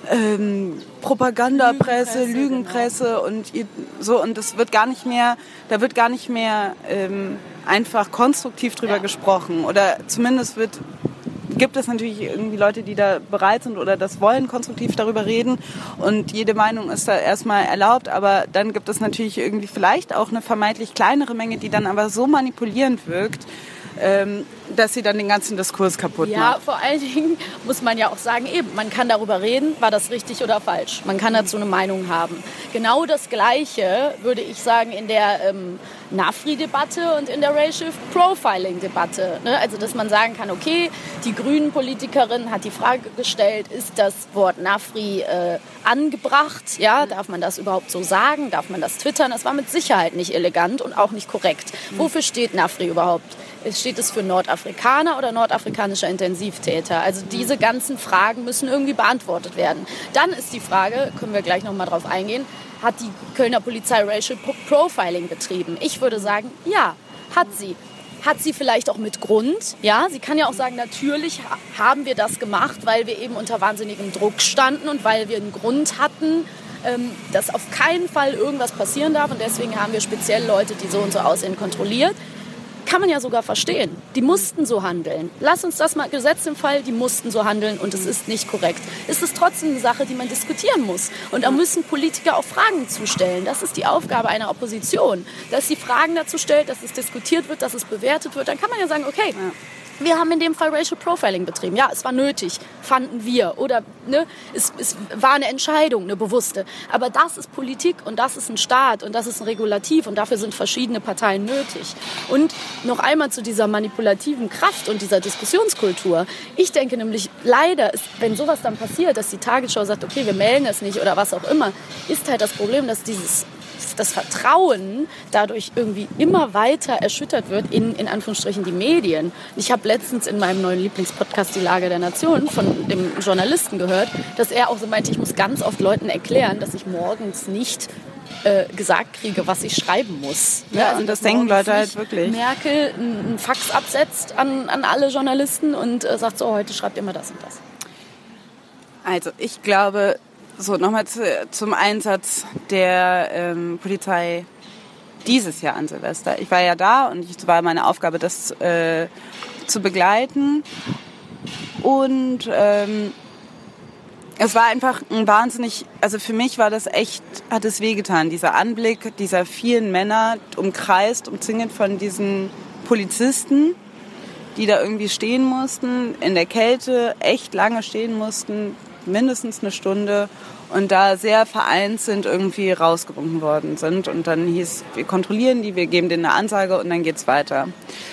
ähm, Propagandapresse, Lügenpresse, Lügenpresse genau. und so, und das wird gar nicht mehr, da wird gar nicht mehr ähm, einfach konstruktiv drüber ja. gesprochen, oder zumindest wird gibt es natürlich irgendwie Leute, die da bereit sind oder das wollen, konstruktiv darüber reden, und jede Meinung ist da erstmal erlaubt, aber dann gibt es natürlich irgendwie vielleicht auch eine vermeintlich kleinere Menge, die dann aber so manipulierend wirkt, ähm, dass sie dann den ganzen Diskurs kaputt macht. Ja, vor allen Dingen muss man ja auch sagen, eben, man kann darüber reden, war das richtig oder falsch. Man kann dazu eine Meinung haben. Genau das Gleiche würde ich sagen in der ähm, Nafri-Debatte und in der Racial Profiling-Debatte. Ne? Also, dass man sagen kann, okay, die Grünen-Politikerin hat die Frage gestellt, ist das Wort Nafri äh, angebracht? Ja, darf man das überhaupt so sagen? Darf man das twittern? Das war mit Sicherheit nicht elegant und auch nicht korrekt. Mhm. Wofür steht Nafri überhaupt? Steht es für Nordafrikaner oder nordafrikanischer Intensivtäter? Also diese ganzen Fragen müssen irgendwie beantwortet werden. Dann ist die Frage, können wir gleich noch mal drauf eingehen, hat die Kölner Polizei Racial Profiling betrieben? Ich würde sagen, ja, hat sie. Hat sie vielleicht auch mit Grund? Ja, sie kann ja auch sagen, natürlich haben wir das gemacht, weil wir eben unter wahnsinnigem Druck standen und weil wir einen Grund hatten, dass auf keinen Fall irgendwas passieren darf, und deswegen haben wir speziell Leute, die so und so aussehen, kontrolliert. Kann man ja sogar verstehen. Die mussten so handeln. Lass uns das mal, gesetzt im Fall, die mussten so handeln und es ist nicht korrekt. Es ist trotzdem eine Sache, die man diskutieren muss. Und da müssen Politiker auch Fragen zu stellen. Das ist die Aufgabe einer Opposition. Dass sie Fragen dazu stellt, dass es diskutiert wird, dass es bewertet wird. Dann kann man ja sagen, okay, ja. Wir haben in dem Fall Racial Profiling betrieben. Ja, es war nötig, fanden wir. Oder ne, es, es war eine Entscheidung, eine bewusste. Aber das ist Politik und das ist ein Staat und das ist ein Regulativ und dafür sind verschiedene Parteien nötig. Und noch einmal zu dieser manipulativen Kraft und dieser Diskussionskultur. Ich denke nämlich, leider, ist, wenn sowas dann passiert, dass die Tagesschau sagt, okay, wir melden es nicht oder was auch immer, ist halt das Problem, dass dieses das Vertrauen dadurch irgendwie immer weiter erschüttert wird in, in Anführungsstrichen, die Medien. Ich habe letztens in meinem neuen Lieblingspodcast Die Lage der Nation von dem Journalisten gehört, dass er auch so meinte, ich muss ganz oft Leuten erklären, dass ich morgens nicht äh, gesagt kriege, was ich schreiben muss. Ja, ja, also und das denken Leute halt wirklich. Merkel einen Fax absetzt an, an alle Journalisten und äh, sagt so, heute schreibt ihr mal das und das. Also ich glaube, so, nochmal zu, zum Einsatz der ähm, Polizei dieses Jahr an Silvester. Ich war ja da und es war meine Aufgabe, das äh, zu begleiten. Und ähm, es war einfach ein wahnsinnig, also für mich war das echt, hat es wehgetan, dieser Anblick dieser vielen Männer, umkreist, umzingelt von diesen Polizisten, die da irgendwie stehen mussten, in der Kälte, echt lange stehen mussten, mindestens eine Stunde, und da sehr vereinzelt irgendwie rausgewunken worden sind. Und dann hieß, wir kontrollieren die, wir geben denen eine Ansage und dann geht's weiter.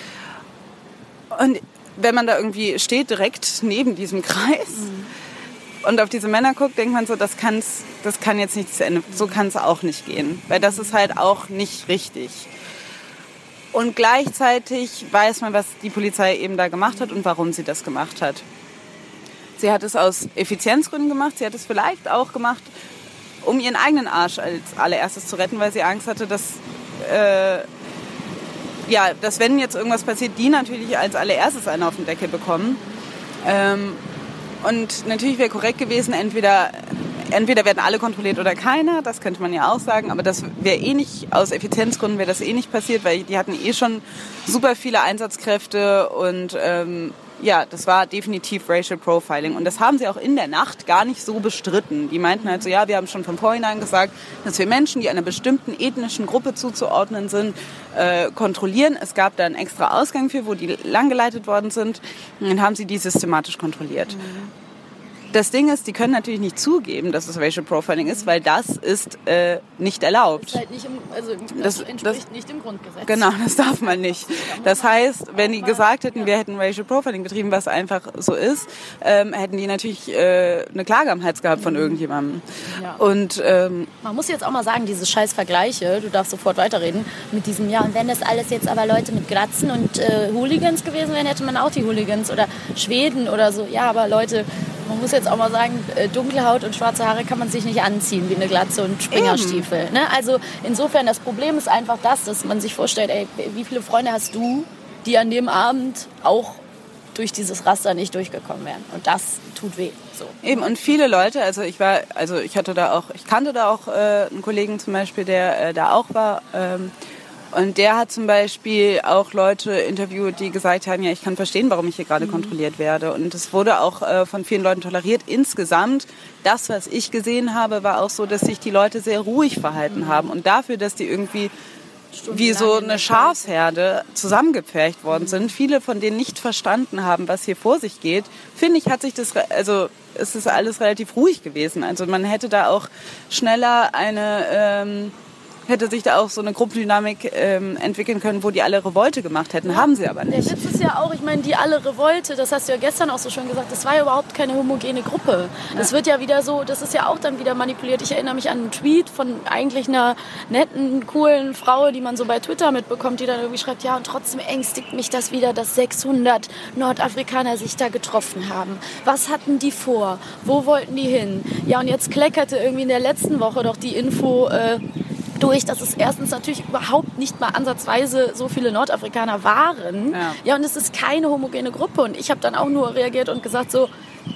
Und wenn man da irgendwie steht, direkt neben diesem Kreis mhm. und auf diese Männer guckt, denkt man so, das kann's, das kann jetzt nicht zu Ende, so kann es auch nicht gehen. Weil das ist halt auch nicht richtig. Und gleichzeitig weiß man, was die Polizei eben da gemacht hat und warum sie das gemacht hat. Sie hat es aus Effizienzgründen gemacht. Sie hat es vielleicht auch gemacht, um ihren eigenen Arsch als allererstes zu retten, weil sie Angst hatte, dass, äh, ja, dass wenn jetzt irgendwas passiert, die natürlich als allererstes einen auf den Deckel bekommen. Ähm, und natürlich wäre korrekt gewesen, entweder, entweder werden alle kontrolliert oder keiner. Das könnte man ja auch sagen. Aber das wäre eh nicht, aus Effizienzgründen wäre das eh nicht passiert, weil die hatten eh schon super viele Einsatzkräfte und ähm, ja, das war definitiv Racial Profiling. Und das haben sie auch in der Nacht gar nicht so bestritten. Die meinten halt so, ja, wir haben schon von vornherein gesagt, dass wir Menschen, die einer bestimmten ethnischen Gruppe zuzuordnen sind, äh, kontrollieren. Es gab da einen extra Ausgang für, wo die langgeleitet worden sind. Und dann haben sie die systematisch kontrolliert. Mhm. Das Ding ist, die können natürlich nicht zugeben, dass es Racial Profiling ist, weil das ist äh, nicht erlaubt. Das ist halt nicht im, also das, das entspricht das, nicht dem Grundgesetz. Genau, das darf man nicht. Das heißt, wenn die gesagt hätten, wir hätten Racial Profiling betrieben, was einfach so ist, ähm, hätten die natürlich äh, eine Klage am Hals gehabt von irgendjemandem. Ja. Und ähm, man muss jetzt auch mal sagen, diese scheiß Vergleiche, du darfst sofort weiterreden, mit diesem, ja, und wenn das alles jetzt aber Leute mit Glatzen und äh, Hooligans gewesen wären, hätte man auch die Hooligans oder Schweden oder so. Ja, aber Leute, man muss jetzt auch mal sagen, äh, dunkle Haut und schwarze Haare kann man sich nicht anziehen wie eine Glatze und Springerstiefel. Ne? Also insofern, das Problem ist einfach das, dass man sich vorstellt, ey, wie viele Freunde hast du, die an dem Abend auch durch dieses Raster nicht durchgekommen wären. Und das tut weh. So. Eben, und viele Leute, also ich war, also ich hatte da auch, ich kannte da auch äh, einen Kollegen zum Beispiel, der äh, da auch war. Ähm, und der hat zum Beispiel auch Leute interviewt, die gesagt haben, ja, ich kann verstehen, warum ich hier gerade mhm. kontrolliert werde. Und es wurde auch äh, von vielen Leuten toleriert. Insgesamt, das, was ich gesehen habe, war auch so, dass sich die Leute sehr ruhig verhalten mhm. haben. Und dafür, dass die irgendwie wie so eine Schafsherde zusammengepfercht worden sind, viele von denen nicht verstanden haben, was hier vor sich geht, finde ich, hat sich das, also es ist alles relativ ruhig gewesen. Also man hätte da auch schneller eine, ähm, hätte sich da auch so eine Gruppendynamik ähm, entwickeln können, wo die alle Revolte gemacht hätten. Ja, haben sie aber nicht. Der Witz ist ja auch, ich meine, die alle Revolte, das hast du ja gestern auch so schön gesagt, das war ja überhaupt keine homogene Gruppe. Ja. Das wird ja wieder so, das ist ja auch dann wieder manipuliert. Ich erinnere mich an einen Tweet von eigentlich einer netten, coolen Frau, die man so bei Twitter mitbekommt, die dann irgendwie schreibt, ja, und trotzdem ängstigt mich das wieder, dass sechshundert Nordafrikaner sich da getroffen haben. Was hatten die vor? Wo wollten die hin? Ja, und jetzt kleckerte irgendwie in der letzten Woche doch die Info äh, durch, dass es erstens natürlich überhaupt nicht mal ansatzweise so viele Nordafrikaner waren. Ja, ja, und es ist keine homogene Gruppe. Und ich habe dann auch nur reagiert und gesagt so,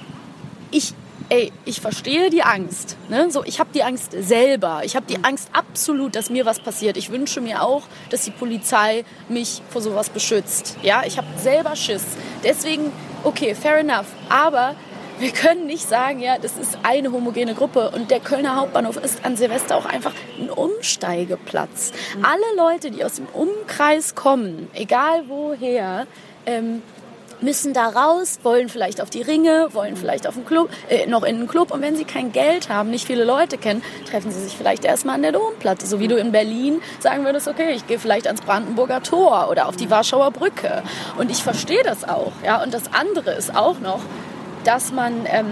ich, ey, ich verstehe die Angst. Ne? So, ich habe die Angst selber. Ich habe die Angst absolut, dass mir was passiert. Ich wünsche mir auch, dass die Polizei mich vor sowas beschützt. Ja, ich habe selber Schiss. Deswegen, okay, fair enough. Aber wir können nicht sagen, ja, das ist eine homogene Gruppe und der Kölner Hauptbahnhof ist an Silvester auch einfach ein Umsteigeplatz. Mhm. Alle Leute, die aus dem Umkreis kommen, egal woher, ähm, müssen da raus, wollen vielleicht auf die Ringe, wollen vielleicht auf den Club, äh, noch in den Club. Und wenn sie kein Geld haben, nicht viele Leute kennen, treffen sie sich vielleicht erstmal an der Domplatte. So wie du in Berlin sagen würdest, okay, ich gehe vielleicht ans Brandenburger Tor oder auf die Warschauer Brücke. Und ich verstehe das auch. Ja? Und das andere ist auch noch, dass man, ähm,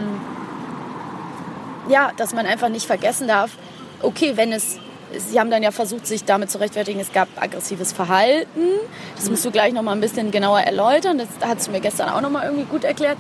ja, dass man einfach nicht vergessen darf, okay, wenn es, Sie haben dann ja versucht, sich damit zu rechtfertigen, es gab aggressives Verhalten, das musst du gleich noch mal ein bisschen genauer erläutern, das hast du mir gestern auch noch mal irgendwie gut erklärt,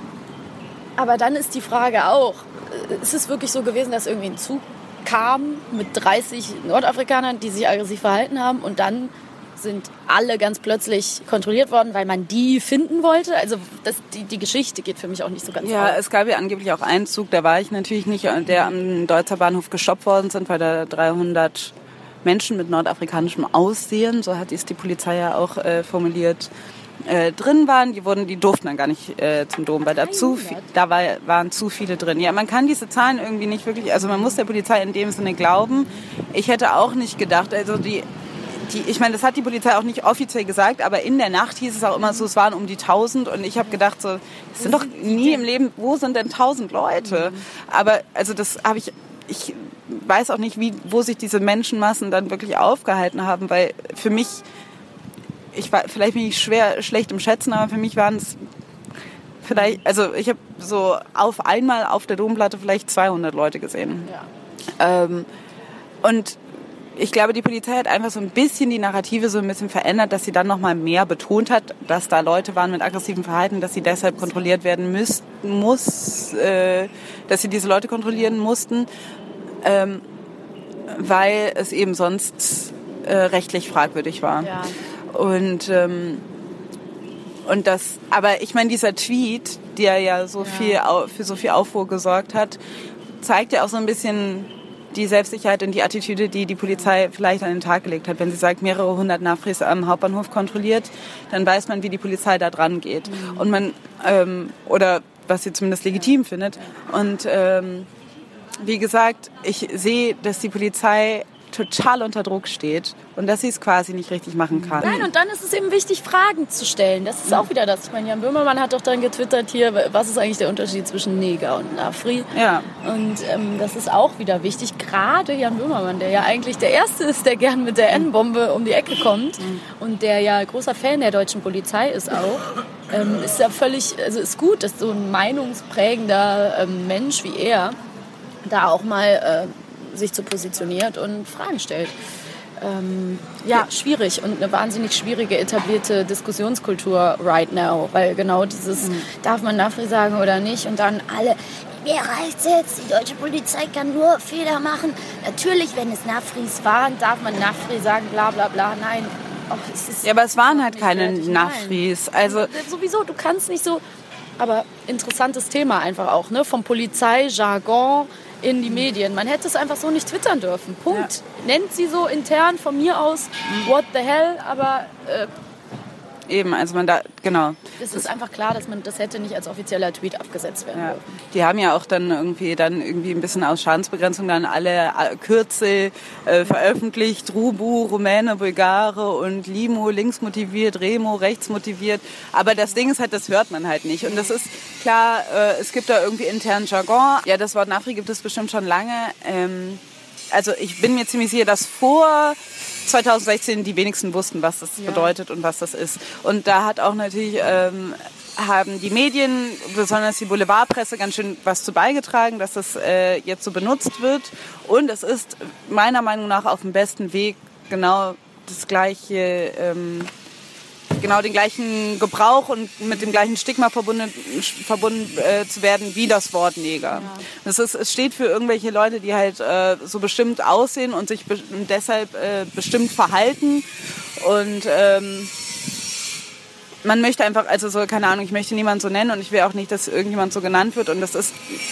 aber dann ist die Frage auch, ist es wirklich so gewesen, dass irgendwie ein Zug kam mit dreißig Nordafrikanern, die sich aggressiv verhalten haben und dann sind alle ganz plötzlich kontrolliert worden, weil man die finden wollte. Also das, die, die Geschichte geht für mich auch nicht so ganz Ja, auf. Es gab ja angeblich auch einen Zug, da war ich natürlich nicht, der am Deutzer Bahnhof gestoppt worden sind, weil da dreihundert Menschen mit nordafrikanischem Aussehen, so hat es die Polizei ja auch äh, formuliert, äh, drin waren. Die wurden, die durften dann gar nicht äh, zum Dom, weil da zu viel, da war, waren zu viele drin. Ja, man kann diese Zahlen irgendwie nicht wirklich, also man muss der Polizei in dem Sinne glauben. Ich hätte auch nicht gedacht, also die Die, ich meine, das hat die Polizei auch nicht offiziell gesagt, aber in der Nacht hieß es auch immer so, es waren um die tausend und ich habe gedacht so, das sind doch nie im Leben, wo sind denn tausend Leute? Aber also das habe ich, ich weiß auch nicht, wie, wo sich diese Menschenmassen dann wirklich aufgehalten haben, weil für mich, ich war, vielleicht bin ich schwer, schlecht im Schätzen, aber für mich waren es vielleicht, also ich habe so auf einmal auf der Domplatte vielleicht zweihundert Leute gesehen. Ja. Ähm, und ich glaube, die Polizei hat einfach so ein bisschen die Narrative so ein bisschen verändert, dass sie dann noch mal mehr betont hat, dass da Leute waren mit aggressivem Verhalten, dass sie deshalb kontrolliert werden müssten, muss, äh, dass sie diese Leute kontrollieren mussten, ähm, weil es eben sonst äh, rechtlich fragwürdig war. Ja. Und ähm, und das, aber ich meine, dieser Tweet, der ja so ja. viel für so viel Aufruhr gesorgt hat, zeigt ja auch so ein bisschen die Selbstsicherheit und die Attitüde, die die Polizei vielleicht an den Tag gelegt hat. Wenn sie sagt, mehrere hundert Nafris am Hauptbahnhof kontrolliert, dann weiß man, wie die Polizei da dran geht. Mhm. Und man, ähm, oder was sie zumindest legitim findet. Und ähm, wie gesagt, ich sehe, dass die Polizei total unter Druck steht und dass sie es quasi nicht richtig machen kann. Nein, und dann ist es eben wichtig, Fragen zu stellen. Das ist auch wieder das. Ich meine, Jan Böhmermann hat doch dann getwittert hier, was ist eigentlich der Unterschied zwischen Neger und Nafri? Ja. Und ähm, das ist auch wieder wichtig. Gerade Jan Böhmermann, der ja eigentlich der Erste ist, der gern mit der N-Bombe um die Ecke kommt mhm. und der ja großer Fan der deutschen Polizei ist auch, ähm, ist ja völlig, also ist gut, dass so ein meinungsprägender ähm, Mensch wie er da auch mal äh, sich so positioniert und Fragen stellt. Ähm, ja, schwierig und eine wahnsinnig schwierige etablierte Diskussionskultur right now, weil genau dieses, mhm. darf man Nafri sagen oder nicht und dann alle, mir reicht's jetzt, die deutsche Polizei kann nur Fehler machen. Natürlich, wenn es Nafris waren, darf man Nafri sagen, bla bla bla, nein. Och, es ist ja, aber es waren halt keine Nafris. Also sowieso, du kannst nicht so, aber interessantes Thema einfach auch, ne, vom Polizeijargon in die Medien. Man hätte es einfach so nicht twittern dürfen. Punkt. Ja. Nennt sie so intern von mir aus, what the hell, aber äh, eben, also man da, genau. Es ist einfach klar, dass man das hätte nicht als offizieller Tweet abgesetzt werden ja. dürfen. Die haben ja auch dann irgendwie dann irgendwie ein bisschen aus Schadensbegrenzung dann alle Kürzel äh, veröffentlicht. Rubu, Rumäne, Bulgare und Limo linksmotiviert, Remo rechtsmotiviert. Aber das Ding ist halt, das hört man halt nicht. Und das ist klar, äh, es gibt da irgendwie internen Jargon. Ja, das Wort Nafri gibt es bestimmt schon lange. Ähm, also ich bin mir ziemlich sicher, dass vor zwanzig sechzehn die wenigsten wussten, was das ja. bedeutet und was das ist. Und da hat auch natürlich, ähm, haben die Medien, besonders die Boulevardpresse, ganz schön was zu beigetragen, dass das äh, jetzt so benutzt wird. Und es ist meiner Meinung nach auf dem besten Weg, genau das gleiche, ähm, genau den gleichen Gebrauch und mit dem gleichen Stigma verbunden, verbunden äh, zu werden wie das Wort Neger. Ja. Das ist, es steht für irgendwelche Leute, die halt äh, so bestimmt aussehen und sich be- deshalb äh, bestimmt verhalten. Und ähm, man möchte einfach, also so, keine Ahnung, ich möchte niemanden so nennen und ich will auch nicht, dass irgendjemand so genannt wird. Und das ist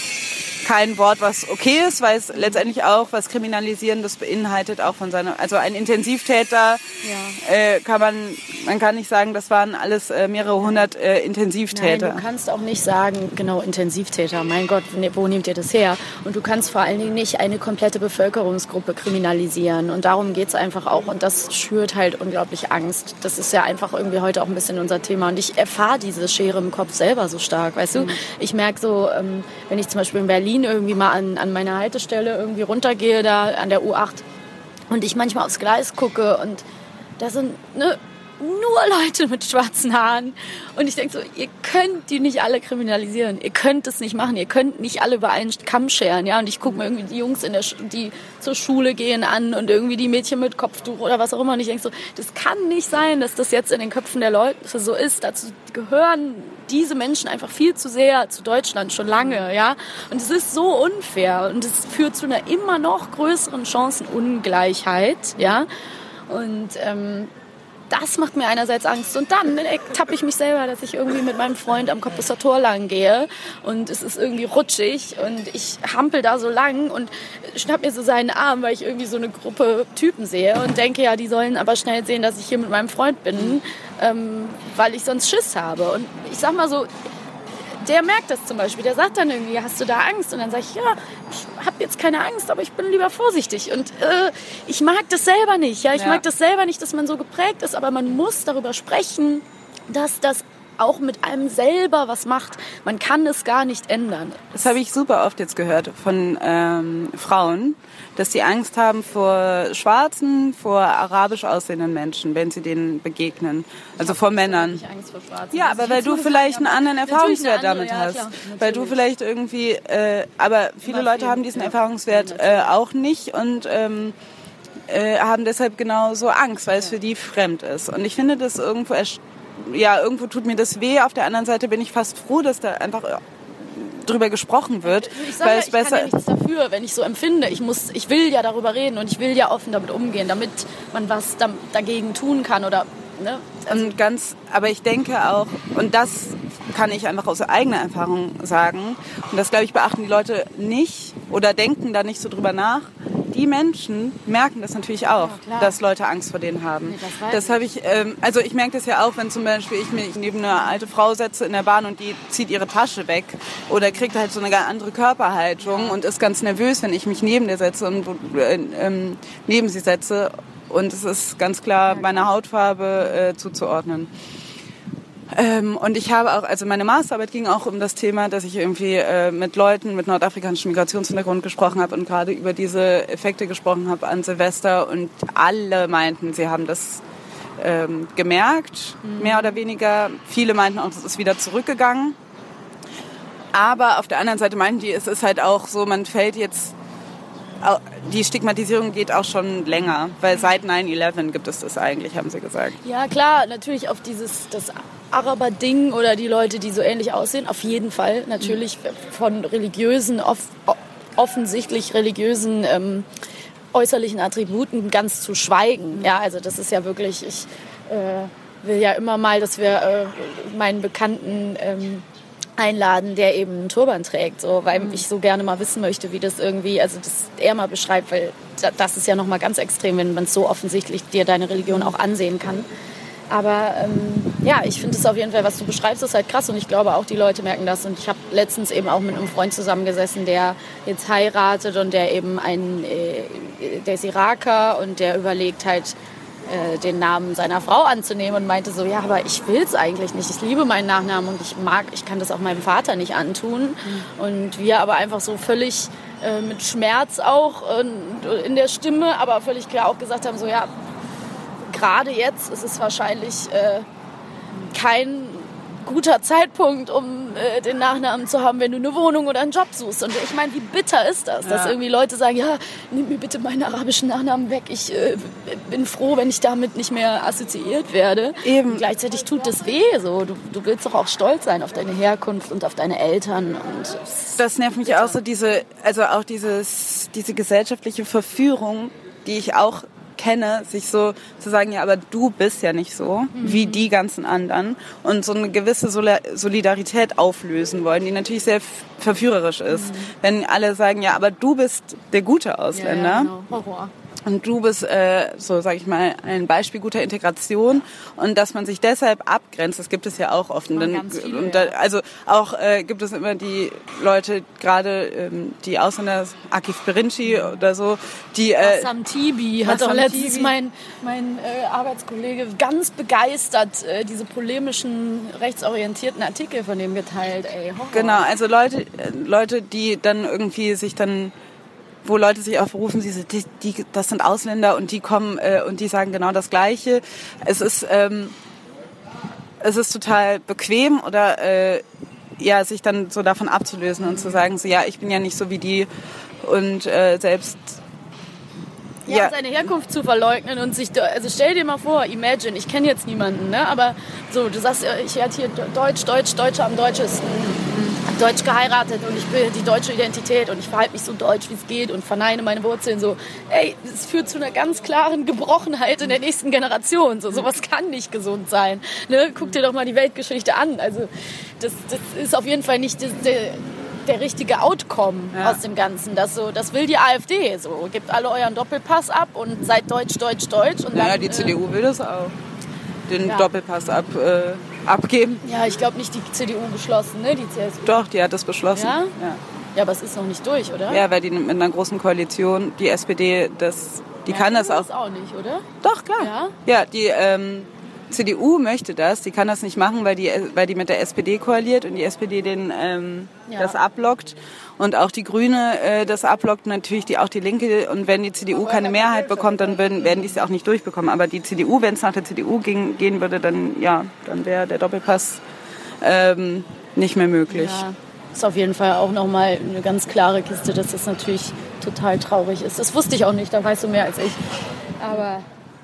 kein Wort, was okay ist, weil es letztendlich auch was Kriminalisierendes beinhaltet, auch von seiner, also ein Intensivtäter, ja. äh, kann man, man kann nicht sagen, das waren alles äh, mehrere hundert äh, Intensivtäter. Nein, du kannst auch nicht sagen, genau, Intensivtäter, mein Gott, wo nehmt ihr das her? Und du kannst vor allen Dingen nicht eine komplette Bevölkerungsgruppe kriminalisieren und darum geht es einfach auch und das schürt halt unglaublich Angst. Das ist ja einfach irgendwie heute auch ein bisschen unser Thema und ich erfahre diese Schere im Kopf selber so stark, weißt mhm. du? Ich merke so, ähm, wenn ich zum Beispiel in Berlin irgendwie mal an, an meiner Haltestelle irgendwie runtergehe, da an der U acht und ich manchmal aufs Gleis gucke und da sind ne, nur Leute mit schwarzen Haaren und ich denke so, ihr könnt die nicht alle kriminalisieren, ihr könnt es nicht machen, ihr könnt nicht alle über einen Kamm scheren, ja, und ich gucke mir irgendwie die Jungs, in der Sch- die zur Schule gehen an und irgendwie die Mädchen mit Kopftuch oder was auch immer und ich denke so, das kann nicht sein, dass das jetzt in den Köpfen der Leute so ist, dazu gehören diese Menschen einfach viel zu sehr zu Deutschland, schon lange, ja, und es ist so unfair und es führt zu einer immer noch größeren Chancenungleichheit, ja, und ähm, das macht mir einerseits Angst und dann tappe ich mich selber, dass ich irgendwie mit meinem Freund am Cottbusser Tor lang gehe und es ist irgendwie rutschig und ich hampel da so lang und schnapp mir so seinen Arm, weil ich irgendwie so eine Gruppe Typen sehe und denke, ja, die sollen aber schnell sehen, dass ich hier mit meinem Freund bin, ähm, weil ich sonst Schiss habe. Und ich sag mal so, der merkt das zum Beispiel, der sagt dann irgendwie, hast du da Angst? Und dann sage ich, ja, ich habe jetzt keine Angst, aber ich bin lieber vorsichtig. Und äh, ich mag das selber nicht. Ja, ich ja. mag das selber nicht, dass man so geprägt ist, aber man muss darüber sprechen, dass das auch mit einem selber was macht. Man kann es gar nicht ändern. Das habe ich super oft jetzt gehört von ähm, Frauen, dass sie Angst haben vor schwarzen, vor arabisch aussehenden Menschen, wenn sie denen begegnen. Also vor Männern. Ich Angst vor Schwarzen. Ja, aber weil du vielleicht einen anderen Erfahrungswert damit hast. Weil du vielleicht irgendwie, äh, aber viele Leute haben diesen Erfahrungswert äh, auch nicht und ähm, äh, haben deshalb genauso Angst, weil es für die fremd ist. Und ich finde das irgendwo erst ja, irgendwo tut mir das weh. Auf der anderen Seite bin ich fast froh, dass da einfach drüber gesprochen wird. Ich sage, weil ich es besser kann ja nichts dafür, wenn ich so empfinde. Ich muss, ich will ja darüber reden und ich will ja offen damit umgehen, damit man was da, dagegen tun kann oder, ne? Also und ganz, aber ich denke auch, und das kann ich einfach aus eigener Erfahrung sagen, und das, glaube ich, beachten die Leute nicht oder denken da nicht so drüber nach, die Menschen merken das natürlich auch, ja, dass Leute Angst vor denen haben. Nee, das weiß das habe ich, ähm, also ich merke das ja auch, wenn zum Beispiel ich mich neben eine alte Frau setze in der Bahn und die zieht ihre Tasche weg oder kriegt halt so eine ganz andere Körperhaltung und ist ganz nervös, wenn ich mich neben der setze und äh, ähm, neben sie setze. Und es ist ganz klar meiner Hautfarbe äh, zuzuordnen. Ähm, und ich habe auch, also meine Masterarbeit ging auch um das Thema, dass ich irgendwie äh, mit Leuten mit nordafrikanischem Migrationshintergrund gesprochen habe und gerade über diese Effekte gesprochen habe an Silvester und alle meinten, sie haben das ähm, gemerkt, mhm. mehr oder weniger. Viele meinten auch, es ist wieder zurückgegangen. Aber auf der anderen Seite meinten die, es ist halt auch so, man fällt jetzt, die Stigmatisierung geht auch schon länger, weil seit nine eleven gibt es das eigentlich, haben sie gesagt. Ja klar, natürlich auf dieses das Araber-Ding oder die Leute, die so ähnlich aussehen, auf jeden Fall. Natürlich von religiösen, off, offensichtlich religiösen ähm, äußerlichen Attributen ganz zu schweigen. Ja, also das ist ja wirklich, ich äh, will ja immer mal, dass wir äh, meinen Bekannten ähm, einladen, der eben einen Turban trägt, so, weil mhm. ich so gerne mal wissen möchte, wie das irgendwie, also das er mal beschreibt, weil das ist ja nochmal ganz extrem, wenn man so offensichtlich dir deine Religion auch ansehen kann. Aber ähm, ja, ich finde es auf jeden Fall, was du beschreibst, ist halt krass und ich glaube auch, die Leute merken das und ich habe letztens eben auch mit einem Freund zusammengesessen, der jetzt heiratet und der eben ein, äh, der ist Iraker und der überlegt halt, den Namen seiner Frau anzunehmen und meinte so, ja, aber ich will es eigentlich nicht. Ich liebe meinen Nachnamen und ich mag, ich kann das auch meinem Vater nicht antun. Mhm. Und wir aber einfach so völlig äh, mit Schmerz auch äh, in der Stimme, aber völlig klar auch gesagt haben, so ja, gerade jetzt ist es wahrscheinlich äh, kein guter Zeitpunkt, um äh, den Nachnamen zu haben, wenn du eine Wohnung oder einen Job suchst. Und ich meine, wie bitter ist das, ja. dass irgendwie Leute sagen, ja, nimm mir bitte meinen arabischen Nachnamen weg. Ich äh, bin froh, wenn ich damit nicht mehr assoziiert werde. Eben. Und gleichzeitig tut das weh. So. Du, du willst doch auch stolz sein auf deine Herkunft und auf deine Eltern. Und das nervt mich bitter. Auch so, diese, also auch dieses, diese gesellschaftliche Verführung, die ich auch kenne, sich so zu sagen, ja, aber du bist ja nicht so mhm. wie die ganzen anderen und so eine gewisse Solidarität auflösen wollen, die natürlich sehr verführerisch ist. Mhm. Wenn alle sagen, ja, aber du bist der gute Ausländer. Ja, ja, genau. Horror. Und du bist, äh, so sage ich mal, ein Beispiel guter Integration und dass man sich deshalb abgrenzt, das gibt es ja auch oft. Und dann, ganz viele, und da, also auch äh, gibt es immer die Leute, gerade ähm, die Ausländer, Akif Perinci oder so, die... Äh, Sam Tibi hat doch letztens Tibi. mein, mein äh, Arbeitskollege ganz begeistert äh, diese polemischen, rechtsorientierten Artikel von dem geteilt. Ey, Horror. Genau, also Leute, äh, Leute, die dann irgendwie sich dann... wo Leute sich auch berufen, die, die, das sind Ausländer und die kommen äh, und die sagen genau das Gleiche. Es ist, ähm, es ist total bequem oder äh, ja, sich dann so davon abzulösen und zu sagen, so ja, ich bin ja nicht so wie die und äh, selbst... Ja, ja, seine Herkunft zu verleugnen und sich, also stell dir mal vor, imagine, ich kenne jetzt niemanden, ne, aber so, du sagst, ich werde hier Deutsch, Deutsch, Deutscher am deutschesten, Deutsch geheiratet und ich will die deutsche Identität und ich verhalte mich so deutsch, wie es geht und verneine meine Wurzeln so, ey, das führt zu einer ganz klaren Gebrochenheit in der nächsten Generation, so, sowas kann nicht gesund sein, ne, guck dir doch mal die Weltgeschichte an, also das, das ist auf jeden Fall nicht das, der, der richtige Outcome ja. aus dem Ganzen. Das, so, das will die AfD. So. Gebt alle euren Doppelpass ab und seid deutsch, deutsch, deutsch. Und ja, dann, die äh, C D U will das auch. Den ja. Doppelpass ab, äh, abgeben. Ja, ich glaube nicht die C D U beschlossen, ne? Die C S U. Doch, die hat das beschlossen. Ja? Ja. Ja, aber es ist noch nicht durch, oder? Ja, weil die mit einer großen Koalition, die S P D, das, die ja, kann das auch. Das auch nicht, oder? Doch, klar. Ja, ja die... Ähm, C D U möchte das, die kann das nicht machen, weil die, weil die mit der S P D koaliert und die S P D den, ähm, ja. das ablockt und auch die Grüne äh, das ablockt, natürlich die, auch die Linke und wenn die C D U keine Mehrheit bekommt, dann werden, werden die es auch nicht durchbekommen. Aber die C D U, wenn es nach der C D U ging, gehen würde, dann, ja, dann wäre der Doppelpass ähm, nicht mehr möglich. Ja. Ist auf jeden Fall auch nochmal eine ganz klare Kiste, dass das natürlich total traurig ist. Das wusste ich auch nicht, da weißt du mehr als ich. Aber...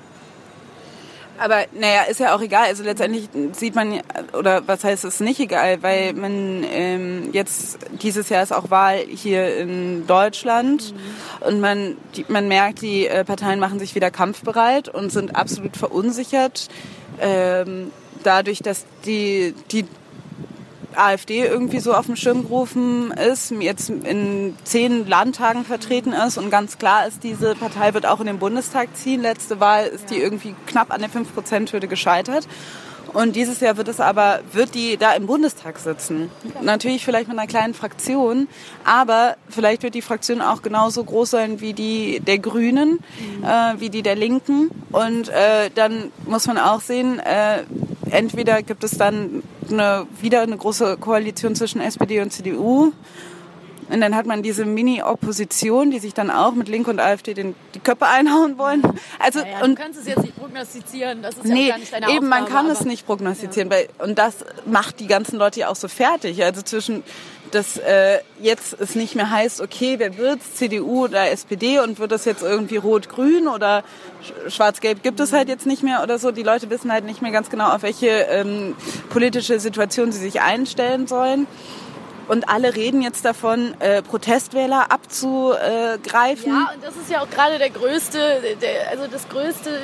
Aber naja, ist ja auch egal. Also letztendlich sieht man, oder was heißt es nicht egal, weil man ähm, jetzt, dieses Jahr ist auch Wahl hier in Deutschland mhm. und man, die, man merkt, die äh, Parteien machen sich wieder kampfbereit und sind absolut verunsichert. Ähm, dadurch, dass die, die AfD irgendwie so auf dem Schirm gerufen ist, jetzt in zehn Landtagen vertreten ist und ganz klar ist, diese Partei wird auch in den Bundestag ziehen. Letzte Wahl ist die irgendwie knapp an der fünf Prozent Hürde gescheitert. Und dieses Jahr wird es aber, wird die da im Bundestag sitzen. Natürlich vielleicht mit einer kleinen Fraktion, aber vielleicht wird die Fraktion auch genauso groß sein wie die der Grünen, mhm. äh, wie die der Linken. Und äh, dann muss man auch sehen, äh, entweder gibt es dann eine, wieder eine große Koalition zwischen S P D und C D U. Und dann hat man diese Mini-Opposition, die sich dann auch mit Link und AfD den, die Köpfe einhauen wollen. Also, ja, ja, und du kannst es jetzt nicht prognostizieren, das ist nee, ja gar nicht deine eben, Aufgabe. man kann aber, es nicht prognostizieren. Ja. Weil, und das macht die ganzen Leute ja auch so fertig. Also zwischen, dass äh, jetzt es nicht mehr heißt, okay, wer wird's, C D U oder S P D und wird das jetzt irgendwie rot-grün oder schwarz-gelb gibt es halt jetzt nicht mehr oder so. Die Leute wissen halt nicht mehr ganz genau, auf welche ähm, politische Situation sie sich einstellen sollen. Und alle reden jetzt davon, äh, Protestwähler abzugreifen. Ja, und das ist ja auch gerade der größte, der, also das größte,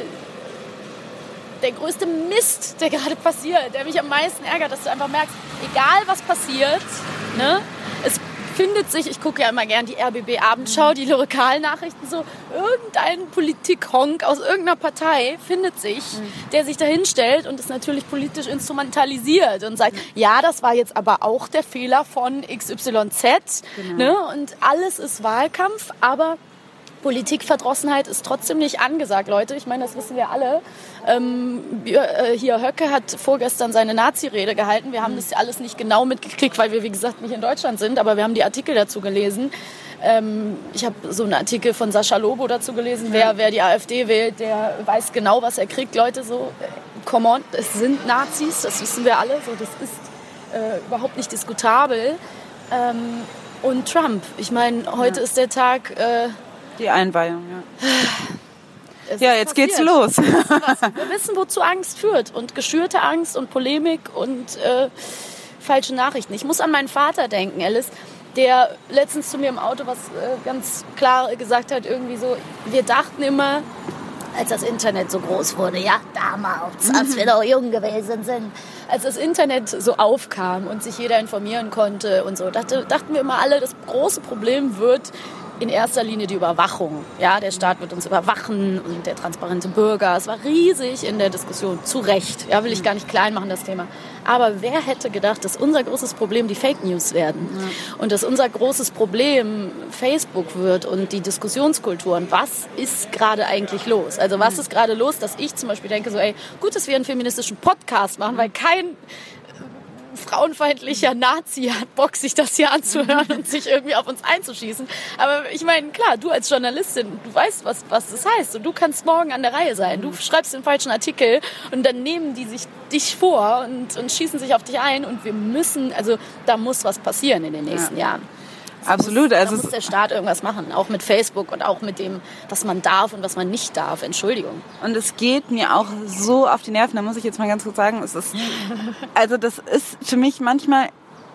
der größte Mist, der gerade passiert, der mich am meisten ärgert, dass du einfach merkst, egal was passiert, ne, es findet sich, ich gucke ja immer gern die R B B-Abendschau, die Lokalnachrichten, so irgendein Politik-Honk aus irgendeiner Partei findet sich, der sich da hinstellt und es natürlich politisch instrumentalisiert und sagt, ja, das war jetzt aber auch der Fehler von X Y Z, genau. Ne? Und alles ist Wahlkampf, aber Politikverdrossenheit ist trotzdem nicht angesagt, Leute. Ich meine, das wissen wir alle. Ähm, hier Höcke hat vorgestern seine Nazi-Rede gehalten. Wir haben das alles nicht genau mitgekriegt, weil wir, wie gesagt, nicht in Deutschland sind. Aber wir haben die Artikel dazu gelesen. Ähm, ich habe so einen Artikel von Sascha Lobo dazu gelesen. Wer, wer die AfD wählt, der weiß genau, was er kriegt. Leute, so, come on, es sind Nazis, das wissen wir alle. So, das ist äh, überhaupt nicht diskutabel. Ähm, und Trump. Ich meine, heute ja. ist der Tag... Äh, Die Einweihung, ja. Es ja, jetzt passiert. geht's los. Wir wissen, wozu Angst führt. Und geschürte Angst und Polemik und äh, falsche Nachrichten. Ich muss an meinen Vater denken, Alice, der letztens zu mir im Auto was äh, ganz klar gesagt hat, irgendwie so, wir dachten immer, als das Internet so groß wurde, ja, damals, als wir noch jung gewesen sind, als das Internet so aufkam und sich jeder informieren konnte und so, dachte, dachten wir immer alle, das große Problem wird in erster Linie die Überwachung. Ja, der Staat wird uns überwachen und der transparente Bürger. Es war riesig in der Diskussion, zu Recht. Ja, will ich gar nicht klein machen, das Thema. Aber wer hätte gedacht, dass unser großes Problem die Fake News werden? Ja. Und dass unser großes Problem Facebook wird und die Diskussionskulturen. Was ist gerade eigentlich los? Also was ist gerade los, dass ich zum Beispiel denke, so, ey, gut, dass wir einen feministischen Podcast machen, weil kein frauenfeindlicher Nazi hat Bock, sich das hier anzuhören und sich irgendwie auf uns einzuschießen. Aber ich meine, klar, du als Journalistin, du weißt, was, was das heißt. Und du kannst morgen an der Reihe sein. Du schreibst den falschen Artikel und dann nehmen die sich dich vor und, und schießen sich auf dich ein. Und wir müssen, also da muss was passieren in den nächsten ja. Jahren. Absolut. Muss, also da muss der Staat irgendwas machen, auch mit Facebook und auch mit dem, was man darf und was man nicht darf. Entschuldigung. Und es geht mir auch so auf die Nerven, da muss ich jetzt mal ganz kurz sagen, es ist, also das ist für mich manchmal,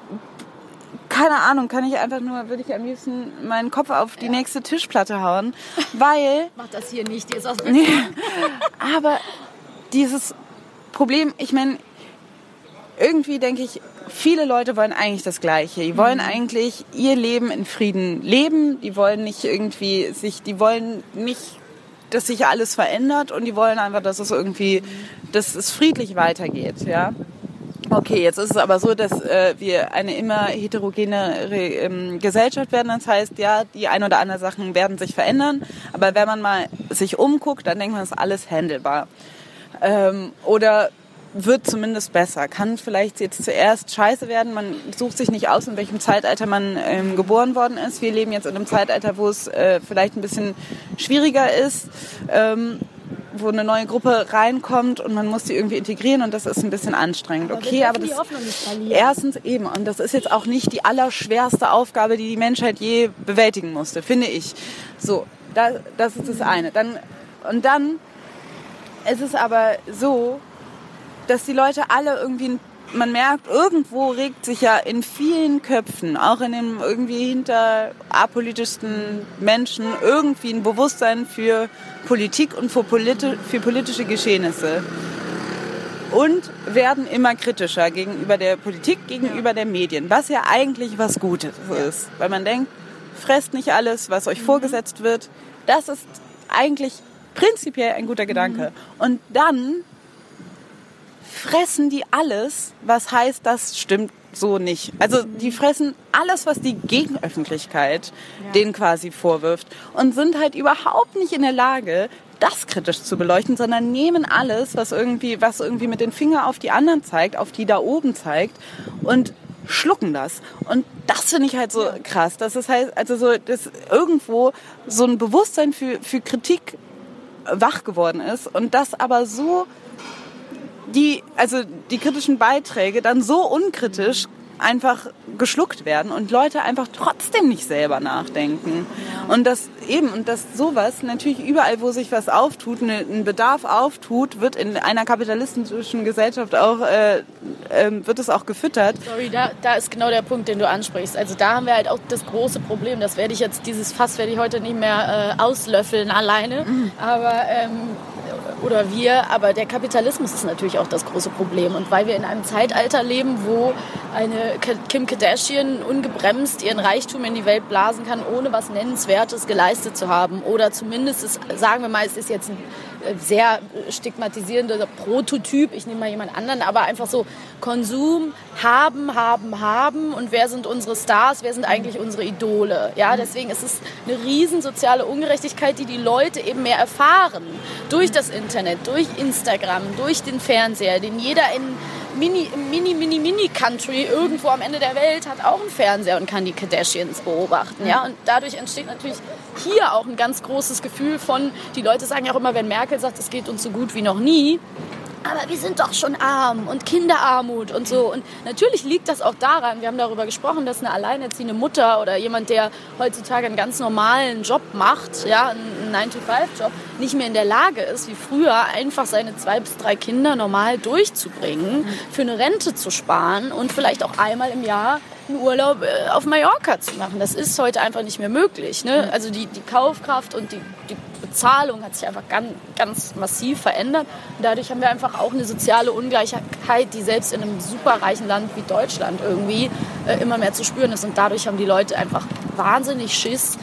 keine Ahnung, kann ich einfach nur, würde ich am liebsten meinen Kopf auf die ja. nächste Tischplatte hauen, weil... Mach das hier nicht, die ist aus nee, aber dieses Problem, ich meine, irgendwie denke ich, viele Leute wollen eigentlich das Gleiche. Die wollen mhm. eigentlich ihr Leben in Frieden leben. Die wollen nicht irgendwie sich, die wollen nicht, dass sich alles verändert und die wollen einfach, dass es irgendwie, dass es friedlich weitergeht, ja. Okay, jetzt ist es aber so, dass äh, wir eine immer heterogene ähm, Gesellschaft werden. Das heißt, ja, die ein oder andere Sachen werden sich verändern. Aber wenn man mal sich umguckt, dann denkt man, das ist alles handelbar. Ähm, oder wird zumindest besser. Kann vielleicht jetzt zuerst scheiße werden. Man sucht sich nicht aus, in welchem Zeitalter man ähm, geboren worden ist. Wir leben jetzt in einem Zeitalter, wo es äh, vielleicht ein bisschen schwieriger ist, ähm, wo eine neue Gruppe reinkommt und man muss die irgendwie integrieren und das ist ein bisschen anstrengend. Aber okay, aber das erstens eben und das ist jetzt auch nicht die allerschwerste Aufgabe, die die Menschheit je bewältigen musste, finde ich. So, da, das ist das eine. Dann und dann ist es aber so, dass die Leute alle irgendwie, man merkt, irgendwo regt sich ja in vielen Köpfen, auch in den irgendwie hinter apolitischsten Menschen, irgendwie ein Bewusstsein für Politik und für, politi- für politische Geschehnisse. und werden immer kritischer gegenüber der Politik, gegenüber der Medien, was ja eigentlich was Gutes ist, weil man denkt, fresst nicht alles, was euch vorgesetzt wird. Das ist eigentlich prinzipiell ein guter Gedanke. Und dann fressen die alles, was heißt, das stimmt so nicht. Also die fressen alles, was die Gegenöffentlichkeit ja. denen quasi vorwirft und sind halt überhaupt nicht in der Lage, das kritisch zu beleuchten, sondern nehmen alles, was irgendwie, was irgendwie mit den Fingern auf die anderen zeigt, auf die da oben zeigt und schlucken das. Und das finde ich halt so krass. Das ist halt, also so, dass irgendwo so ein Bewusstsein für, für Kritik wach geworden ist und das aber so die, also die kritischen Beiträge dann so unkritisch einfach geschluckt werden und Leute einfach trotzdem nicht selber nachdenken. Ja. Und das eben, und dass sowas natürlich überall, wo sich was auftut, ne, ein Bedarf auftut, wird in einer kapitalistischen Gesellschaft auch, äh, äh, wird es auch gefüttert. Sorry, da, da ist genau der Punkt, den du ansprichst. Also da haben wir halt auch das große Problem, das werde ich jetzt, dieses Fass werde ich heute nicht mehr äh, auslöffeln alleine, mhm. aber ähm, oder wir, aber der Kapitalismus ist natürlich auch das große Problem. Und weil wir in einem Zeitalter leben, wo eine Kim Kardashian ungebremst ihren Reichtum in die Welt blasen kann, ohne was Nennenswertes geleistet zu haben. Oder zumindest, ist, sagen wir mal, es ist jetzt ein sehr stigmatisierender Prototyp, ich nehme mal jemand anderen, aber einfach so Konsum, haben, haben, haben und wer sind unsere Stars, wer sind eigentlich unsere Idole. Ja, deswegen ist es eine riesen soziale Ungerechtigkeit, die die Leute eben mehr erfahren. Durch das Internet, durch Instagram, durch den Fernseher, den jeder in Mini, Mini, Mini, Mini Country irgendwo am Ende der Welt hat auch einen Fernseher und kann die Kardashians beobachten. Ja? Und dadurch entsteht natürlich hier auch ein ganz großes Gefühl von, die Leute sagen ja auch immer, wenn Merkel sagt, es geht uns so gut wie noch nie, aber wir sind doch schon arm und Kinderarmut und so. Und natürlich liegt das auch daran, wir haben darüber gesprochen, dass eine alleinerziehende Mutter oder jemand, der heutzutage einen ganz normalen Job macht, ja, einen nine to five Job, nicht mehr in der Lage ist, wie früher, einfach seine zwei bis drei Kinder normal durchzubringen, für eine Rente zu sparen und vielleicht auch einmal im Jahr einen Urlaub auf Mallorca zu machen. Das ist heute einfach nicht mehr möglich. Ne? Also die, die Kaufkraft und die, die Bezahlung hat sich einfach ganz, ganz massiv verändert. Und dadurch haben wir einfach auch eine soziale Ungleichheit, die selbst in einem superreichen Land wie Deutschland irgendwie äh, immer mehr zu spüren ist. Und dadurch haben die Leute einfach wahnsinnig Schiss,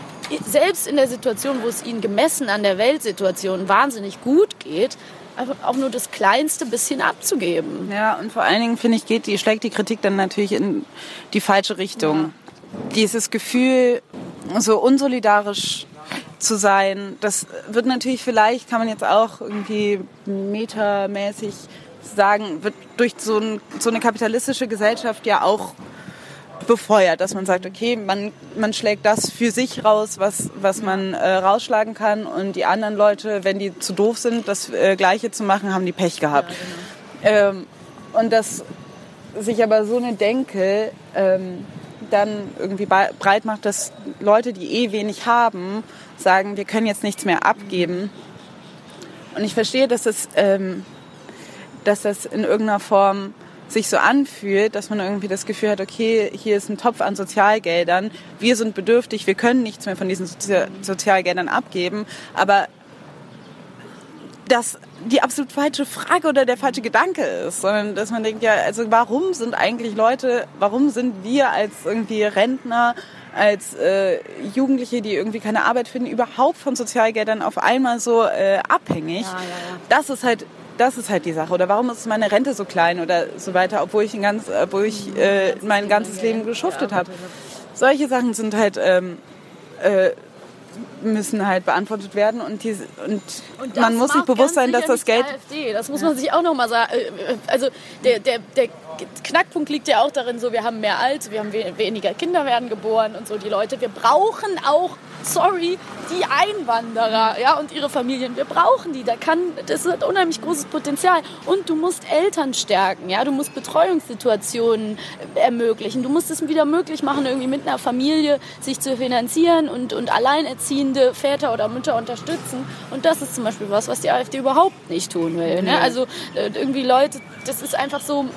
selbst in der Situation, wo es ihnen gemessen an der Weltsituation wahnsinnig gut geht, einfach auch nur das kleinste bisschen abzugeben. Ja, und vor allen Dingen, finde ich, geht die, schlägt die Kritik dann natürlich in die falsche Richtung. Ja. Dieses Gefühl, so unsolidarisch zu sein, das wird natürlich vielleicht, kann man jetzt auch irgendwie metamäßig sagen, wird durch so, ein, so eine kapitalistische Gesellschaft ja auch befeuert, dass man sagt, okay, man, man schlägt das für sich raus, was, was man äh, rausschlagen kann und die anderen Leute, wenn die zu doof sind, das äh, Gleiche zu machen, haben die Pech gehabt. Ja, genau. ähm, und dass sich aber so eine Denke ähm, dann irgendwie breit macht, dass Leute, die eh wenig haben, sagen, wir können jetzt nichts mehr abgeben. Und ich verstehe, dass das, ähm, dass das in irgendeiner Form sich so anfühlt, dass man irgendwie das Gefühl hat, okay, hier ist ein Topf an Sozialgeldern, wir sind bedürftig, wir können nichts mehr von diesen Sozi- Sozialgeldern abgeben, aber das die absolut falsche Frage oder der falsche Gedanke ist, sondern dass man denkt, ja, also warum sind eigentlich Leute, warum sind wir als irgendwie Rentner, als äh, Jugendliche, die irgendwie keine Arbeit finden, überhaupt von Sozialgeldern auf einmal so äh, abhängig? Ja, ja, ja. Das ist halt Das ist halt die Sache. Oder warum ist meine Rente so klein oder so weiter, obwohl ich, ein ganz, obwohl ich äh, mein ganzes Leben geschuftet habe. Solche Sachen sind halt, ähm, äh, müssen halt beantwortet werden. Und, die, und, und man muss sich bewusst sein, dass das Geld... AfD. Das muss man sich auch nochmal sagen. Also der, der, der Knackpunkt liegt ja auch darin, so wir haben mehr Alte, wir haben weniger Kinder werden geboren und so die Leute. Wir brauchen auch, sorry, die Einwanderer, ja, und ihre Familien. Wir brauchen die. Da kann, das hat unheimlich großes Potenzial. Und du musst Eltern stärken, ja, du musst Betreuungssituationen ermöglichen. Du musst es wieder möglich machen, irgendwie mit einer Familie sich zu finanzieren und, und alleinerziehende Väter oder Mütter unterstützen. Und das ist zum Beispiel was, was die AfD überhaupt nicht tun will. Ne? Also irgendwie Leute, das ist einfach so,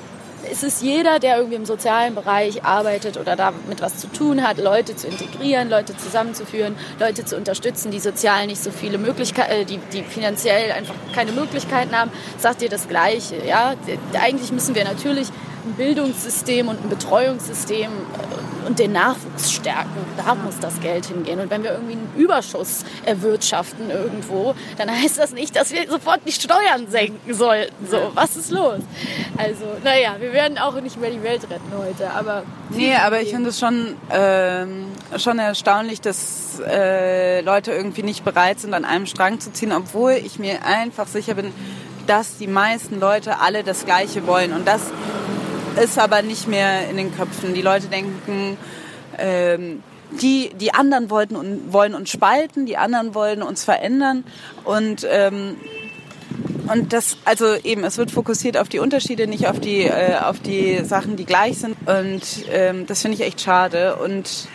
es ist jeder, der irgendwie im sozialen Bereich arbeitet oder damit was zu tun hat, Leute zu integrieren, Leute zusammenzuführen, Leute zu unterstützen, die sozial nicht so viele Möglichkeiten, die, die finanziell einfach keine Möglichkeiten haben, sagt ihr das Gleiche. Ja? Eigentlich müssen wir natürlich ein Bildungssystem und ein Betreuungssystem und den Nachwuchs stärken. Da muss das Geld hingehen. Und wenn wir irgendwie einen Überschuss erwirtschaften irgendwo, dann heißt das nicht, dass wir sofort die Steuern senken sollten. So, was ist los? Also, naja, wir werden auch nicht mehr die Welt retten heute. Aber nee, aber ich finde es schon, äh, schon erstaunlich, dass äh, Leute irgendwie nicht bereit sind, an einem Strang zu ziehen, obwohl ich mir einfach sicher bin, dass die meisten Leute alle das Gleiche wollen. Und das ist aber nicht mehr in den Köpfen. Die Leute denken, ähm, die, die anderen wollten und wollen uns spalten, die anderen wollen uns verändern. Und, ähm, und das, also eben, es wird fokussiert auf die Unterschiede, nicht auf die, äh, auf die Sachen, die gleich sind. Und ähm, das finde ich echt schade. Und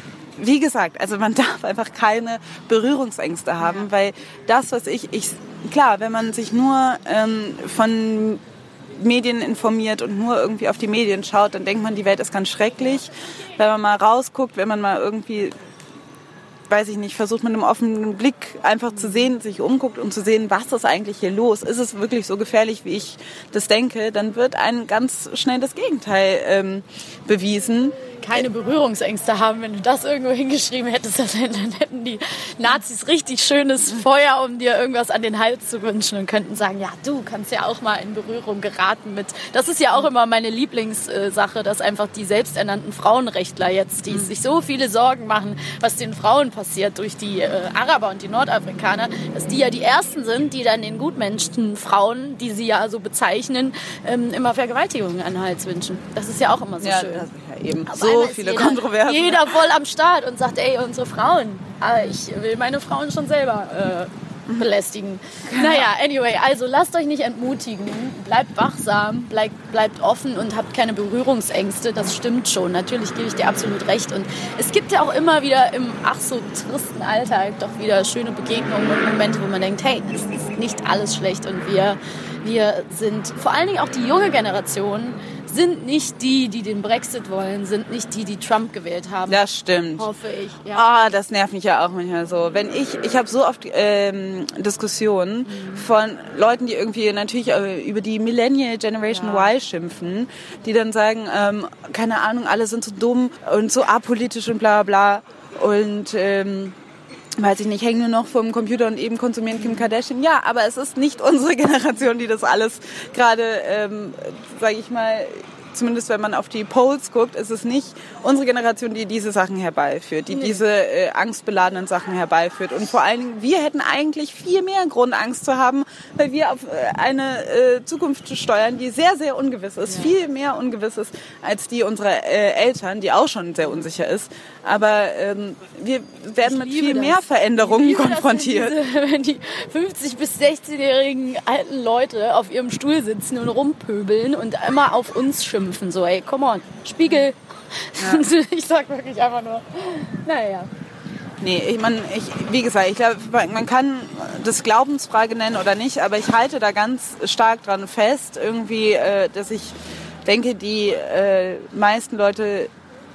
wie gesagt, also man darf einfach keine Berührungsängste haben, ja. Weil das, was ich, ich, klar, wenn man sich nur ähm, von Medien informiert und nur irgendwie auf die Medien schaut, dann denkt man, die Welt ist ganz schrecklich. Wenn man mal rausguckt, wenn man mal irgendwie, weiß ich nicht, versucht mit einem offenen Blick einfach zu sehen, sich umguckt und zu sehen, was ist eigentlich hier los? Ist es wirklich so gefährlich, wie ich das denke? Dann wird einem ganz schnell das Gegenteil ähm, bewiesen. Keine Berührungsängste haben. Wenn du das irgendwo hingeschrieben hättest, dann hätten die Nazis richtig schönes Feuer, um dir irgendwas an den Hals zu wünschen und könnten sagen, ja, du kannst ja auch mal in Berührung geraten mit... Das ist ja auch immer meine Lieblingssache, dass einfach die selbsternannten Frauenrechtler jetzt, die sich so viele Sorgen machen, was den Frauen passiert durch die äh, Araber und die Nordafrikaner, dass die ja die Ersten sind, die dann den gutmenschen Frauen, die sie ja so bezeichnen, ähm, immer Vergewaltigungen an den Hals wünschen. Das ist ja auch immer so ja, schön. Das ist ja eben Aber so viele jeder, Kontroversen. Jeder voll am Start und sagt, ey, unsere Frauen, ich will meine Frauen schon selber äh, belästigen. Naja, anyway, also lasst euch nicht entmutigen, bleibt wachsam, bleibt, bleibt offen und habt keine Berührungsängste, das stimmt schon, natürlich gebe ich dir absolut recht und es gibt ja auch immer wieder im ach so tristen Alltag doch wieder schöne Begegnungen und Momente, wo man denkt, hey, es ist nicht alles schlecht und wir, wir sind, vor allen Dingen auch die junge Generation, sind nicht die, die den Brexit wollen, sind nicht die, die Trump gewählt haben. Das stimmt. Hoffe ich. Ja. Ah, das nervt mich ja auch manchmal so. Wenn ich, ich habe so oft ähm, Diskussionen mhm. von Leuten, die irgendwie natürlich äh, über die Millennial Generation ja. Y schimpfen, die dann sagen, ähm, keine Ahnung, alle sind so dumm und so apolitisch und bla bla und ähm, weiß ich nicht, hängen nur noch vor dem Computer und eben konsumieren Kim Kardashian. Ja, aber es ist nicht unsere Generation, die das alles gerade, ähm, sage ich mal, zumindest wenn man auf die Polls guckt, ist es nicht unsere Generation, die diese Sachen herbeiführt, die nee. diese äh, angstbeladenen Sachen herbeiführt. Und vor allen Dingen, wir hätten eigentlich viel mehr Grund, Angst zu haben, weil wir auf äh, eine äh, Zukunft steuern, die sehr, sehr ungewiss ist. Ja. Viel mehr ungewiss ist als die unserer äh, Eltern, die auch schon sehr unsicher ist. Aber ähm, wir werden mit viel das. mehr Veränderungen konfrontiert. Das, wenn, diese, wenn die fünfzig- bis sechzehnjährigen alten Leute auf ihrem Stuhl sitzen und rumpöbeln und immer auf uns schimpfen. So, ey, come on, Spiegel. Ja. Ich sag wirklich einfach nur, naja. Nee, ich meine, ich, wie gesagt, ich glaube, man kann das Glaubensfrage nennen oder nicht, aber ich halte da ganz stark dran fest, irgendwie, äh, dass ich denke, die äh, meisten Leute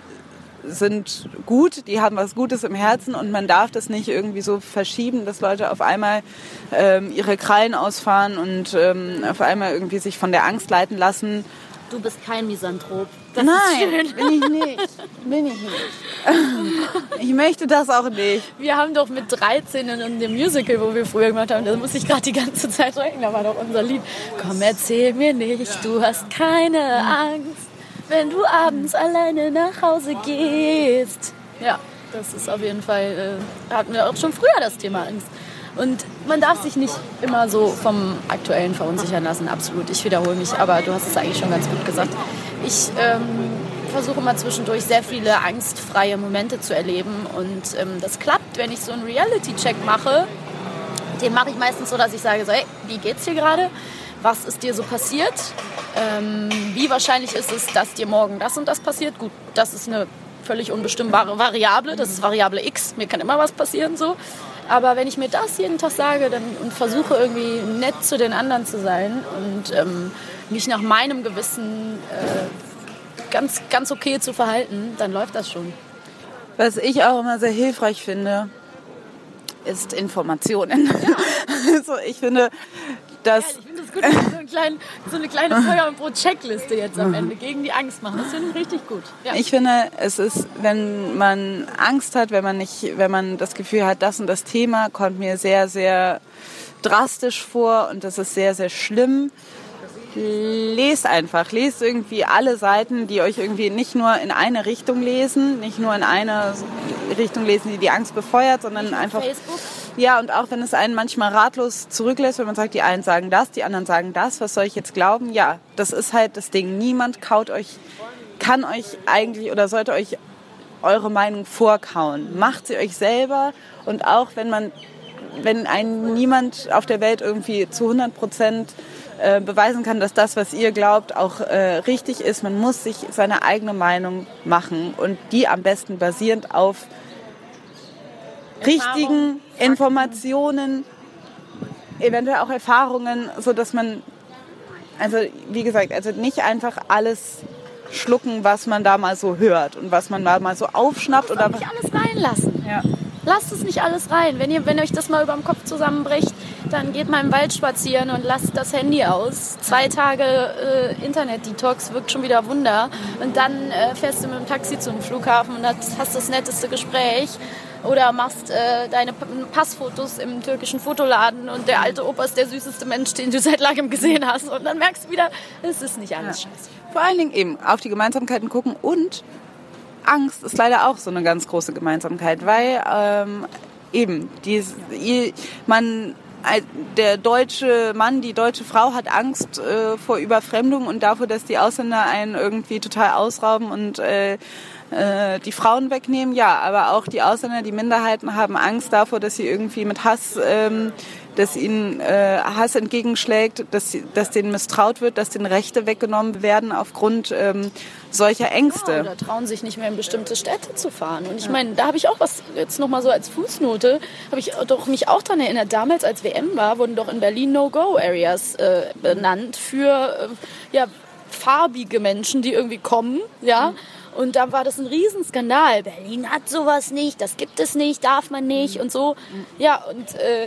sind gut, die haben was Gutes im Herzen und man darf das nicht irgendwie so verschieben, dass Leute auf einmal ähm, ihre Krallen ausfahren und ähm, auf einmal irgendwie sich von der Angst leiten lassen. Du bist kein Misanthrop. Das Nein, bin ich nicht. Bin ich nicht. Ich möchte das auch nicht. Wir haben doch mit dreizehn in dem Musical, wo wir früher gemacht haben, da muss ich gerade die ganze Zeit denken, da war doch unser Lied. Komm, erzähl mir nicht, du hast keine Angst, wenn du abends alleine nach Hause gehst. Ja, das ist auf jeden Fall, äh, hatten wir auch schon früher das Thema Angst. Und man darf sich nicht immer so vom Aktuellen verunsichern lassen, absolut. Ich wiederhole mich, aber du hast es eigentlich schon ganz gut gesagt. Ich ähm, versuche immer zwischendurch sehr viele angstfreie Momente zu erleben und ähm, das klappt, wenn ich so einen Reality-Check mache. Den mache ich meistens so, dass ich sage, so, hey, wie geht's dir gerade? Was ist dir so passiert? Ähm, wie wahrscheinlich ist es, dass dir morgen das und das passiert? Gut, das ist eine völlig unbestimmbare Variable, das ist Variable X, mir kann immer was passieren so. Aber wenn ich mir das jeden Tag sage dann, und versuche irgendwie nett zu den anderen zu sein und ähm, mich nach meinem Gewissen äh, ganz, ganz okay zu verhalten, dann läuft das schon. Was ich auch immer sehr hilfreich finde, ist Informationen. Ja. Also ich finde, dass... Ja, ich finde das gut, dass wir so, einen kleinen, so eine kleine Feuer- und Brot-Checkliste jetzt am Ende gegen die Angst machen. Das finde ich richtig gut. Ja. Ich finde, es ist, wenn man Angst hat, wenn man nicht, wenn man das Gefühl hat, das und das Thema kommt mir sehr, sehr drastisch vor und das ist sehr, sehr schlimm. Lest einfach, lest irgendwie alle Seiten, die euch irgendwie nicht nur in eine Richtung lesen, nicht nur in eine Richtung lesen, die die Angst befeuert, sondern nicht einfach... Facebook? Ja, und auch wenn es einen manchmal ratlos zurücklässt, wenn man sagt, die einen sagen das, die anderen sagen das, was soll ich jetzt glauben? Ja, das ist halt das Ding. Niemand kaut euch, kann euch eigentlich oder sollte euch eure Meinung vorkauen. Macht sie euch selber und auch wenn man, wenn ein niemand auf der Welt irgendwie zu hundert Prozent beweisen kann, dass das, was ihr glaubt, auch äh, richtig ist. Man muss sich seine eigene Meinung machen und die am besten basierend auf richtigen Informationen, eventuell auch Erfahrungen, so dass man, also wie gesagt, also nicht einfach alles schlucken, was man da mal so hört und was man da mal so aufschnappt oder nicht alles reinlassen. Ja. Lasst es nicht alles rein. Wenn ihr, wenn euch das mal über den Kopf zusammenbricht, dann geht mal im Wald spazieren und lasst das Handy aus. Zwei Tage äh, Internet-Detox wirkt schon wieder Wunder. Und dann äh, fährst du mit dem Taxi zum Flughafen und hast das netteste Gespräch. Oder machst äh, deine Passfotos im türkischen Fotoladen und der alte Opa ist der süßeste Mensch, den du seit langem gesehen hast. Und dann merkst du wieder, es ist nicht alles ja. scheiße. Vor allen Dingen eben auf die Gemeinsamkeiten gucken und Angst ist leider auch so eine ganz große Gemeinsamkeit, weil ähm, eben die, man, der deutsche Mann, die deutsche Frau hat Angst äh, vor Überfremdung und davor, dass die Ausländer einen irgendwie total ausrauben und äh, äh, die Frauen wegnehmen. Ja, aber auch die Ausländer, die Minderheiten haben Angst davor, dass sie irgendwie mit Hass, ähm, dass ihnen äh, Hass entgegenschlägt, dass, sie, dass denen misstraut wird, dass denen Rechte weggenommen werden aufgrund ähm, solcher Ängste. Ja, oder trauen sich nicht mehr in bestimmte Städte zu fahren. Und ich meine, da habe ich auch was, jetzt nochmal so als Fußnote, habe ich doch mich auch daran erinnert, damals als W M war, wurden doch in Berlin No-Go-Areas äh, benannt für äh, ja, farbige Menschen, die irgendwie kommen, ja. Mhm. Und da war das ein Riesenskandal. Berlin hat sowas nicht, das gibt es nicht, darf man nicht und so. Ja, und äh,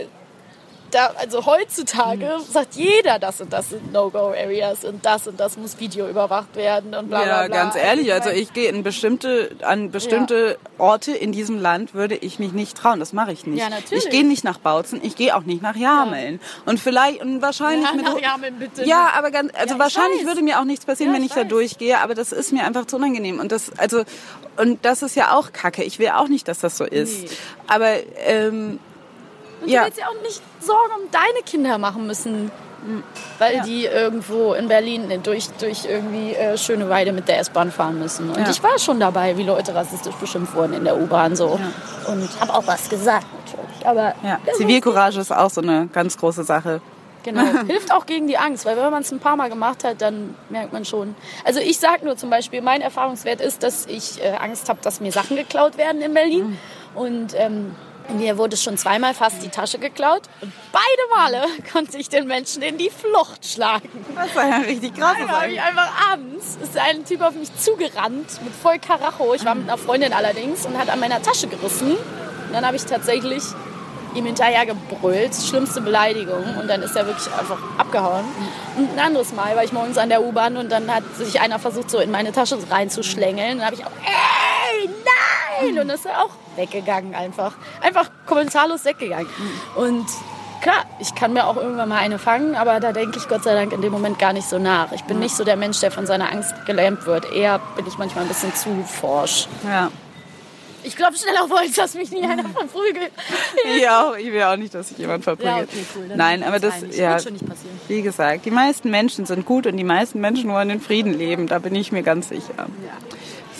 da, also heutzutage hm. sagt jeder, das und das sind No-Go-Areas und das und das muss Video überwacht werden und bla bla bla. Ja, ganz ehrlich, also ich gehe in bestimmte, an bestimmte ja. Orte in diesem Land würde ich mich nicht trauen, das mache ich nicht. Ja, natürlich. Ich gehe nicht nach Bautzen, ich gehe auch nicht nach Jameln. Ja. Und vielleicht, und wahrscheinlich... Ja, mit nach Jameln bitte. Ja, aber ganz, also ja, wahrscheinlich weiß. würde mir auch nichts passieren, ja, wenn ich, ich da durchgehe, aber das ist mir einfach zu unangenehm. Und das, also, und das ist ja auch Kacke. Ich will auch nicht, dass das so ist. Nee. Aber, ähm, Und ja. du willst ja auch nicht Sorgen um deine Kinder machen müssen, weil ja. die irgendwo in Berlin durch, durch irgendwie äh, Schöneweide mit der S-Bahn fahren müssen. Und ja. ich war schon dabei, wie Leute rassistisch beschimpft wurden in der U-Bahn so. Ja. Und habe auch was gesagt natürlich. Aber ja. Zivilcourage ist auch so eine ganz große Sache. Genau, hilft auch gegen die Angst, weil wenn man es ein paar Mal gemacht hat, dann merkt man schon. Also ich sage nur zum Beispiel, mein Erfahrungswert ist, dass ich äh, Angst habe, dass mir Sachen geklaut werden in Berlin. Mhm. Und ähm, mir wurde schon zweimal fast die Tasche geklaut und beide Male konnte ich den Menschen in die Flucht schlagen. Das war ja richtig krass. Da habe ich einfach abends, ist ein Typ auf mich zugerannt mit voll Karacho. Ich war mit einer Freundin allerdings und hat an meiner Tasche gerissen. Und dann habe ich tatsächlich ihm hinterher gebrüllt, schlimmste Beleidigung. Und dann ist er wirklich einfach abgehauen. Und ein anderes Mal war ich morgens an der U-Bahn und dann hat sich einer versucht, so in meine Tasche reinzuschlängeln. Dann habe ich auch, ey, nein! Und ist er auch weggegangen einfach. Einfach kommentarlos weggegangen. Und klar, ich kann mir auch irgendwann mal eine fangen, aber da denke ich Gott sei Dank in dem Moment gar nicht so nach. Ich bin nicht so der Mensch, der von seiner Angst gelähmt wird. Eher bin ich manchmal ein bisschen zu forsch. Ja. Ich glaube schnell auf Holz, dass mich nicht einer verprügelt. Ja, ich will auch nicht, dass sich jemand verprügelt. Ja, okay, cool. Nein, aber das, ja, wird schon nicht passieren. Wie gesagt, die meisten Menschen sind gut und die meisten Menschen wollen in Frieden leben. Da bin ich mir ganz sicher. Ja.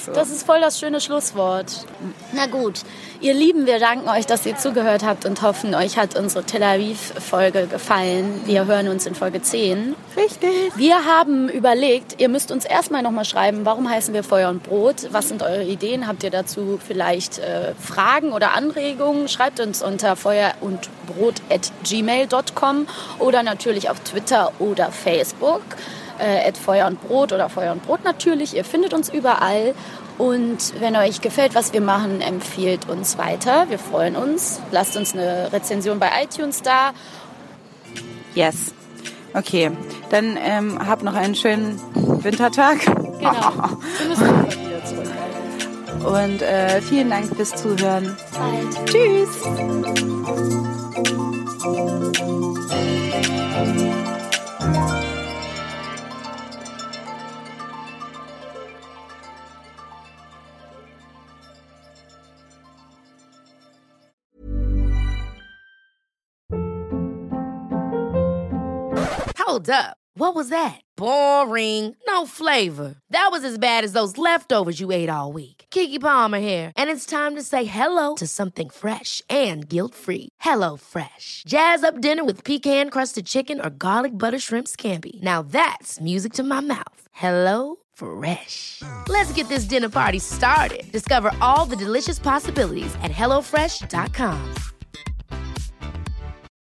so. Das ist voll das schöne Schlusswort. Na gut, ihr Lieben, wir danken euch, dass ihr zugehört habt und hoffen, euch hat unsere Tel Aviv-Folge gefallen. Wir hören uns in Folge zehn. Richtig. Wir haben überlegt, ihr müsst uns erstmal nochmal schreiben, warum heißen wir Feuer und Brot? Was sind eure Ideen? Habt ihr dazu vielleicht äh, Fragen oder Anregungen? Schreibt uns unter feuer und brot at gmail dot com oder natürlich auf Twitter oder Facebook. Äh, at Feuer und Brot oder Feuer und Brot natürlich. Ihr findet uns überall. Und wenn euch gefällt, was wir machen, empfiehlt uns weiter. Wir freuen uns. Lasst uns eine Rezension bei iTunes da. Yes. Okay, dann ähm, habt noch einen schönen Wintertag. Genau. Wir müssen irgendwann wieder zurück. Und äh, vielen Dank fürs Zuhören. Bald. Tschüss. Hold up. What was that? Boring. No flavor. That was as bad as those leftovers you ate all week. Keke Palmer here, and it's time to say hello to something fresh and guilt-free. Hello Fresh. Jazz up dinner with pecan-crusted chicken or garlic butter shrimp scampi. Now that's music to my mouth. Hello Fresh. Let's get this dinner party started. Discover all the delicious possibilities at hello fresh dot com.